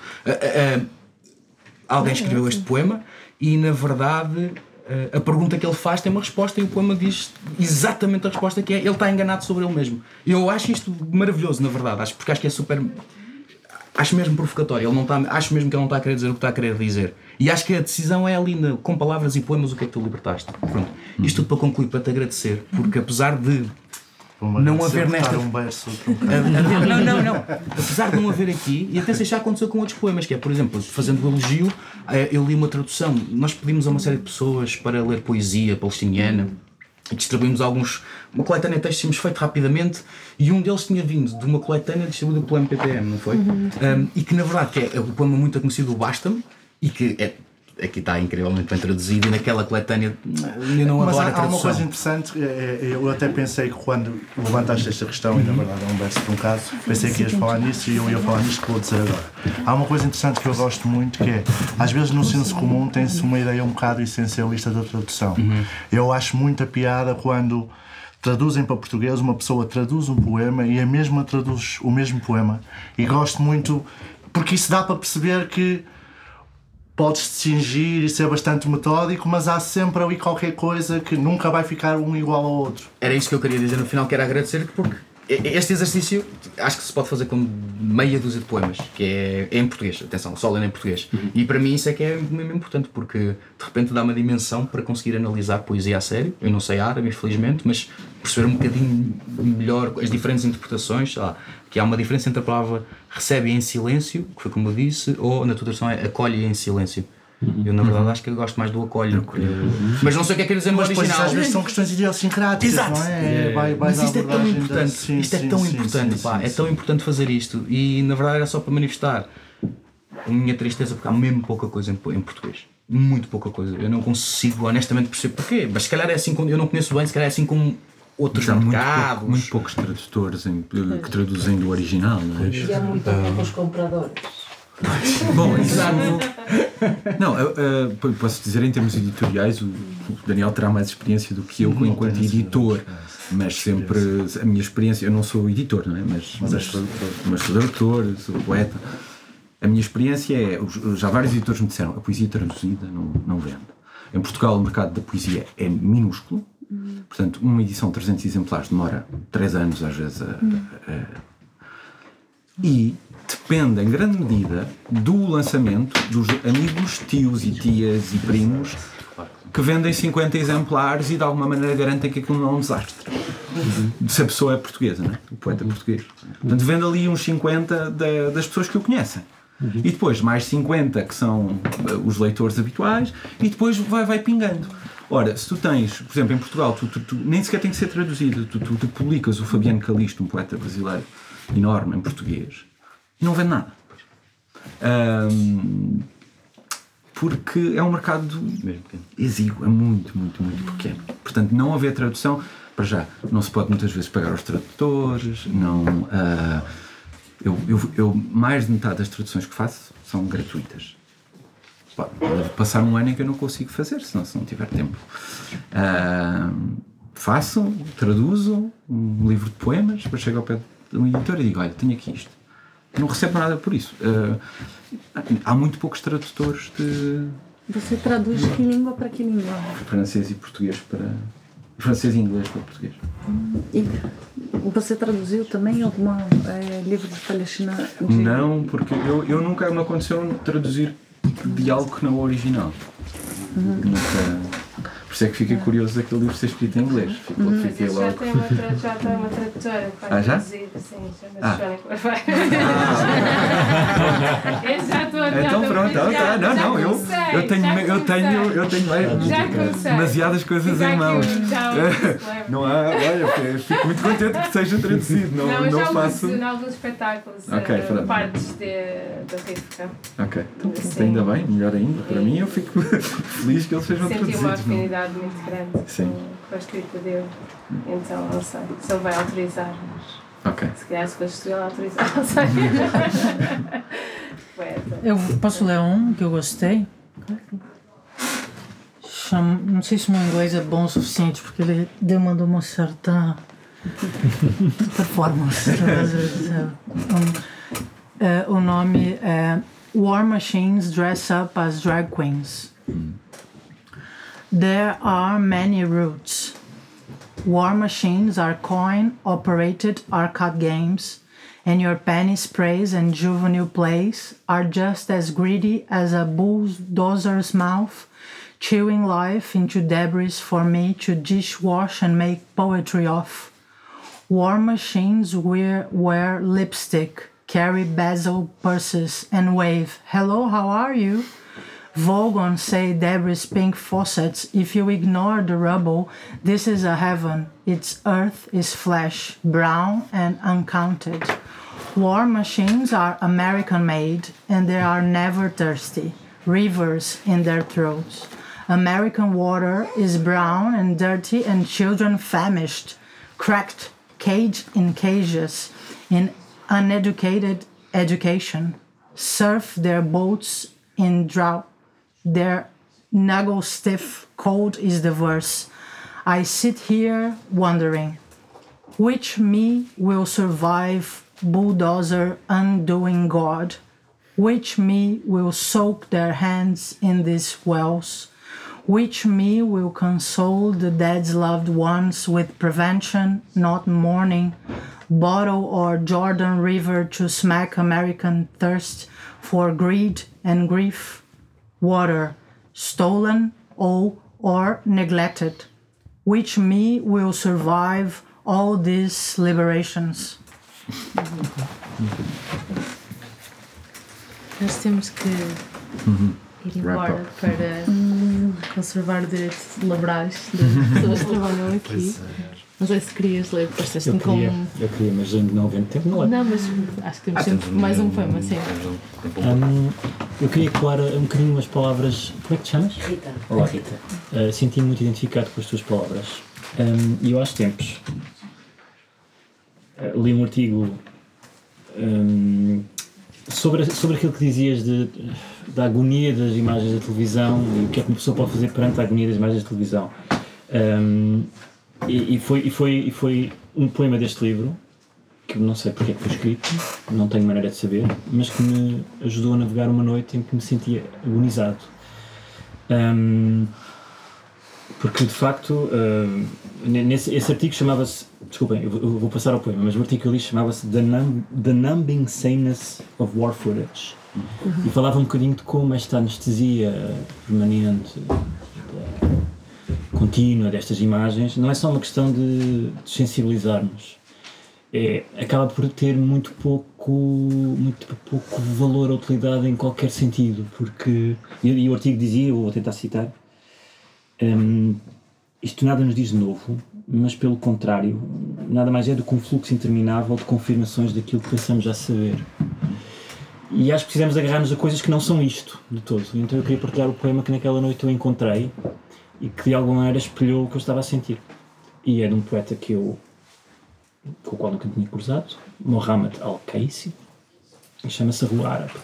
alguém escreveu este poema e, na verdade, a pergunta que ele faz tem uma resposta e o poema diz exatamente a resposta, que é: ele está enganado sobre ele mesmo. Eu acho isto maravilhoso, na verdade, porque acho que é super... Acho mesmo provocatório, acho mesmo que ele não está a querer dizer o que está a querer dizer. E acho que a decisão é ali, com palavras e poemas, o que é que tu libertaste. Pronto. Isto tudo para concluir, para te agradecer, porque apesar de não haver nesta... Um verso, não. Apesar de não haver aqui, e até se já aconteceu com outros poemas, que é, por exemplo, fazendo o elogio, eu li uma tradução, nós pedimos a uma série de pessoas para ler poesia palestiniana, e distribuímos uma coletânea de textos, tínhamos feito rapidamente, e um deles tinha vindo de uma coletânea distribuída pelo MPTM, não foi? E que na verdade que é um poema muito conhecido, o Basta-me, e que aqui está incrivelmente bem traduzido, e naquela coletânea eu não adoro a tradução. Mas há uma coisa interessante, eu até pensei que quando levantaste esta questão, e na verdade é um verso de um caso, pensei que ias falar nisso e eu ia falar nisto que vou dizer agora. Há uma coisa interessante que eu gosto muito, que é, às vezes no senso comum tem-se uma ideia um bocado essencialista da tradução. Eu acho muita piada quando traduzem para português, uma pessoa traduz um poema e a mesma traduz o mesmo poema. E gosto muito, porque isso dá para perceber que podes distingir e ser bastante metódico, mas há sempre ali qualquer coisa que nunca vai ficar um igual ao outro. Era isso que eu queria dizer no final, quero agradecer-te, porque este exercício acho que se pode fazer com meia dúzia de poemas, que é em português, atenção, só lendo em português. E para mim isso é que é mesmo importante, porque de repente dá uma dimensão para conseguir analisar poesia a sério. Eu não sei árabe, infelizmente, mas perceber um bocadinho melhor as diferentes interpretações, que há uma diferença entre a palavra recebe em silêncio, que foi como eu disse, ou na tua tradução é acolhe em silêncio. Eu na verdade acho que eu gosto mais do acolho. Mas não sei o que é que quer dizer no original. Às vezes são questões idiosincráticas, exato. Não é? Mas isto é tão importante. Isto é tão importante, pá. É tão importante fazer isto. E na verdade era só para manifestar a minha tristeza, porque há mesmo pouca coisa em português. Muito pouca coisa. Eu não consigo honestamente perceber porquê. Mas se calhar é assim, eu não conheço bem, se calhar é assim como outros mercados. Muito poucos tradutores que traduzem do original, não é? E há muito poucos compradores. Bom, isso não, posso dizer em termos editoriais, o Daniel terá mais experiência do que eu enquanto editor, mas sempre a minha experiência, eu não sou editor, não é? Mas sou tradutor, sou poeta. A minha experiência é, já vários editores me disseram, a poesia traduzida não vende. Em Portugal o mercado da poesia é minúsculo, portanto uma edição de 300 exemplares demora 3 anos às vezes e depende em grande medida do lançamento dos amigos, tios e tias e primos que vendem 50 exemplares e de alguma maneira garantem que aquilo não é um desastre. Se a pessoa é portuguesa, não é? O poeta é português. Portanto, vende ali uns 50 das pessoas que o conhecem. E depois mais 50 que são os leitores habituais e depois vai pingando. Ora, se tu tens, por exemplo, em Portugal, tu nem sequer tem que ser traduzido, tu publicas o Fabiano Calisto, um poeta brasileiro enorme em português, e não vende nada. Porque é um mercado exíguo, é muito pequeno. Portanto, não haver tradução, para já, não se pode muitas vezes pagar aos tradutores, não... Eu mais de metade das traduções que faço são gratuitas. Pode passar um ano em que eu não consigo fazer, se não tiver tempo. Faço, traduzo um livro de poemas, depois chego ao pé de um editor e digo, olha, tenho aqui isto. Não recebo nada por isso. Há muito poucos tradutores de... Você traduz de que língua para que língua? Francês e português para... Francês e inglês para português. E você traduziu também algum livro de Palestina? Não, porque eu nunca me aconteceu traduzir de algo que não é original. Nunca... Por isso é que fiquei curioso daquele livro ser escrito em inglês. Fiquei logo... Já tem uma tradutora que vai traduzir, sim, chama-se Joana Correia. Então pronto, eu tenho demasiadas coisas em mãos. Não há, olha, fico muito contente que seja traduzido. Não faço em alguns espetáculos, partes da Rivka. Ok, então ainda bem, melhor ainda. Para mim eu fico feliz que eles sejam traduzidos. Senti uma afinidade muito grande com a escrita dele, então não sei se ele vai autorizar, mas se calhar se fosse ele autorizar, não sei. Eu posso ler um que eu gostei? Não sei se o meu inglês é bom o suficiente, porque ele demanda uma certa performance. O nome é War Machines Dress Up as Drag Queens. There are many routes. War machines are coin-operated arcade games, and your penny sprays and juvenile plays are just as greedy as a bulldozer's mouth, chewing life into debris for me to dishwash and make poetry of. War machines wear lipstick, carry bezel purses, and wave, "Hello, how are you?" Vogon say debris pink faucets. If you ignore the rubble, this is a heaven. Its earth is flesh, brown and uncounted. War machines are American-made, and they are never thirsty. Rivers in their throats. American water is brown and dirty, and children famished, cracked, caged in cages, in uneducated education, surf their boats in drought. Their nuggle stiff, cold is the verse. I sit here wondering, which me will survive bulldozer undoing God? Which me will soak their hands in these wells? Which me will console the dead's loved ones with prevention, not mourning, bottle or Jordan River to smack American thirst for greed and grief? Water, stolen, or neglected? Which me will survive all these liberations? Nós temos que ir embora para conservar direitos laborais das pessoas que trabalham aqui. Não sei se querias ler, pareceste-me com... Eu queria, mas não havendo tempo, não é? Não, mas acho que temos sempre mais um poema, sim. Eu queria ecoar um bocadinho as palavras... Como é que te chamas? Rita. Olá, Rita. Senti-me muito identificado com as tuas palavras. E eu, há tempos, li um artigo sobre aquilo que dizias da agonia das imagens da televisão e o que é que uma pessoa pode fazer perante a agonia das imagens da televisão. E foi um poema deste livro, que eu não sei porque é que foi escrito, não tenho maneira de saber, mas que me ajudou a navegar uma noite em que me sentia agonizado. Porque de facto, esse artigo chamava-se, desculpem, eu vou passar ao poema, mas o artigo que eu li chamava-se The Numbing Sameness of War Footage. E falava um bocadinho de como esta anestesia permanente, contínua destas imagens, não é só uma questão de sensibilizar-nos, acaba por ter muito pouco valor ou utilidade em qualquer sentido, porque, e o artigo dizia, eu vou tentar citar, isto nada nos diz de novo, mas pelo contrário, nada mais é do que um fluxo interminável de confirmações daquilo que pensamos já saber. E acho que precisamos agarrar-nos a coisas que não são isto, de todo. Então eu queria partilhar o poema que naquela noite eu encontrei e que de alguma maneira espelhou o que eu estava a sentir. E é de um poeta com o qual nunca tinha cruzado, Mohammed Al-Qaisi, e chama-se A Rua Árabe.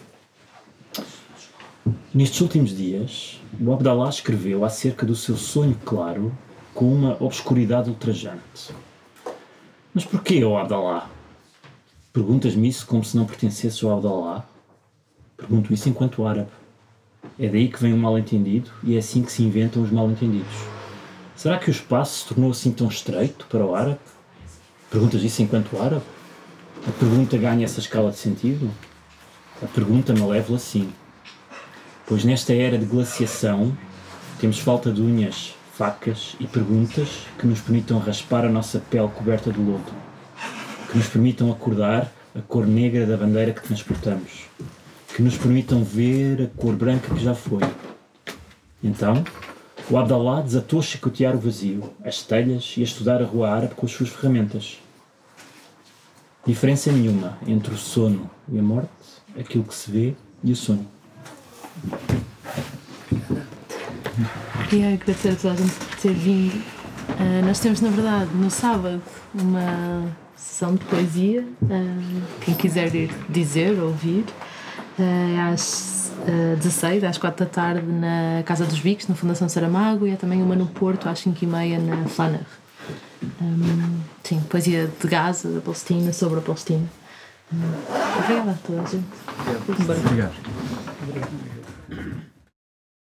Nestes últimos dias, o Abdallah escreveu acerca do seu sonho claro com uma obscuridade ultrajante. Mas porquê, ó Abdallah? Perguntas-me isso como se não pertencesse ao Abdallah? Pergunto-me isso enquanto árabe. É daí que vem o mal-entendido e é assim que se inventam os mal-entendidos. Será que o espaço se tornou assim tão estreito para o árabe? Perguntas isso enquanto árabe? A pergunta ganha essa escala de sentido? A pergunta malévola sim. Pois nesta era de glaciação temos falta de unhas, facas e perguntas que nos permitam raspar a nossa pele coberta de lodo, que nos permitam acordar a cor negra da bandeira que transportamos, que nos permitam ver a cor branca que já foi. Então, o Abdallah desatou a chicotear o vazio, as telhas e a estudar a Rua Árabe com as suas ferramentas. Diferença nenhuma entre o sono e a morte, aquilo que se vê e o sonho. Queria agradecer a toda a gente por ter vindo. Nós temos, na verdade, no sábado, uma sessão de poesia. Quem quiser ir dizer, ouvir, às 16, às 4 da tarde, na Casa dos Bicos, na Fundação Saramago, e há também uma no Porto, às 5h30, na Flanner. Sim, poesia de Gaza, da Palestina, sobre a Palestina. Obrigada a toda a gente. Obrigado.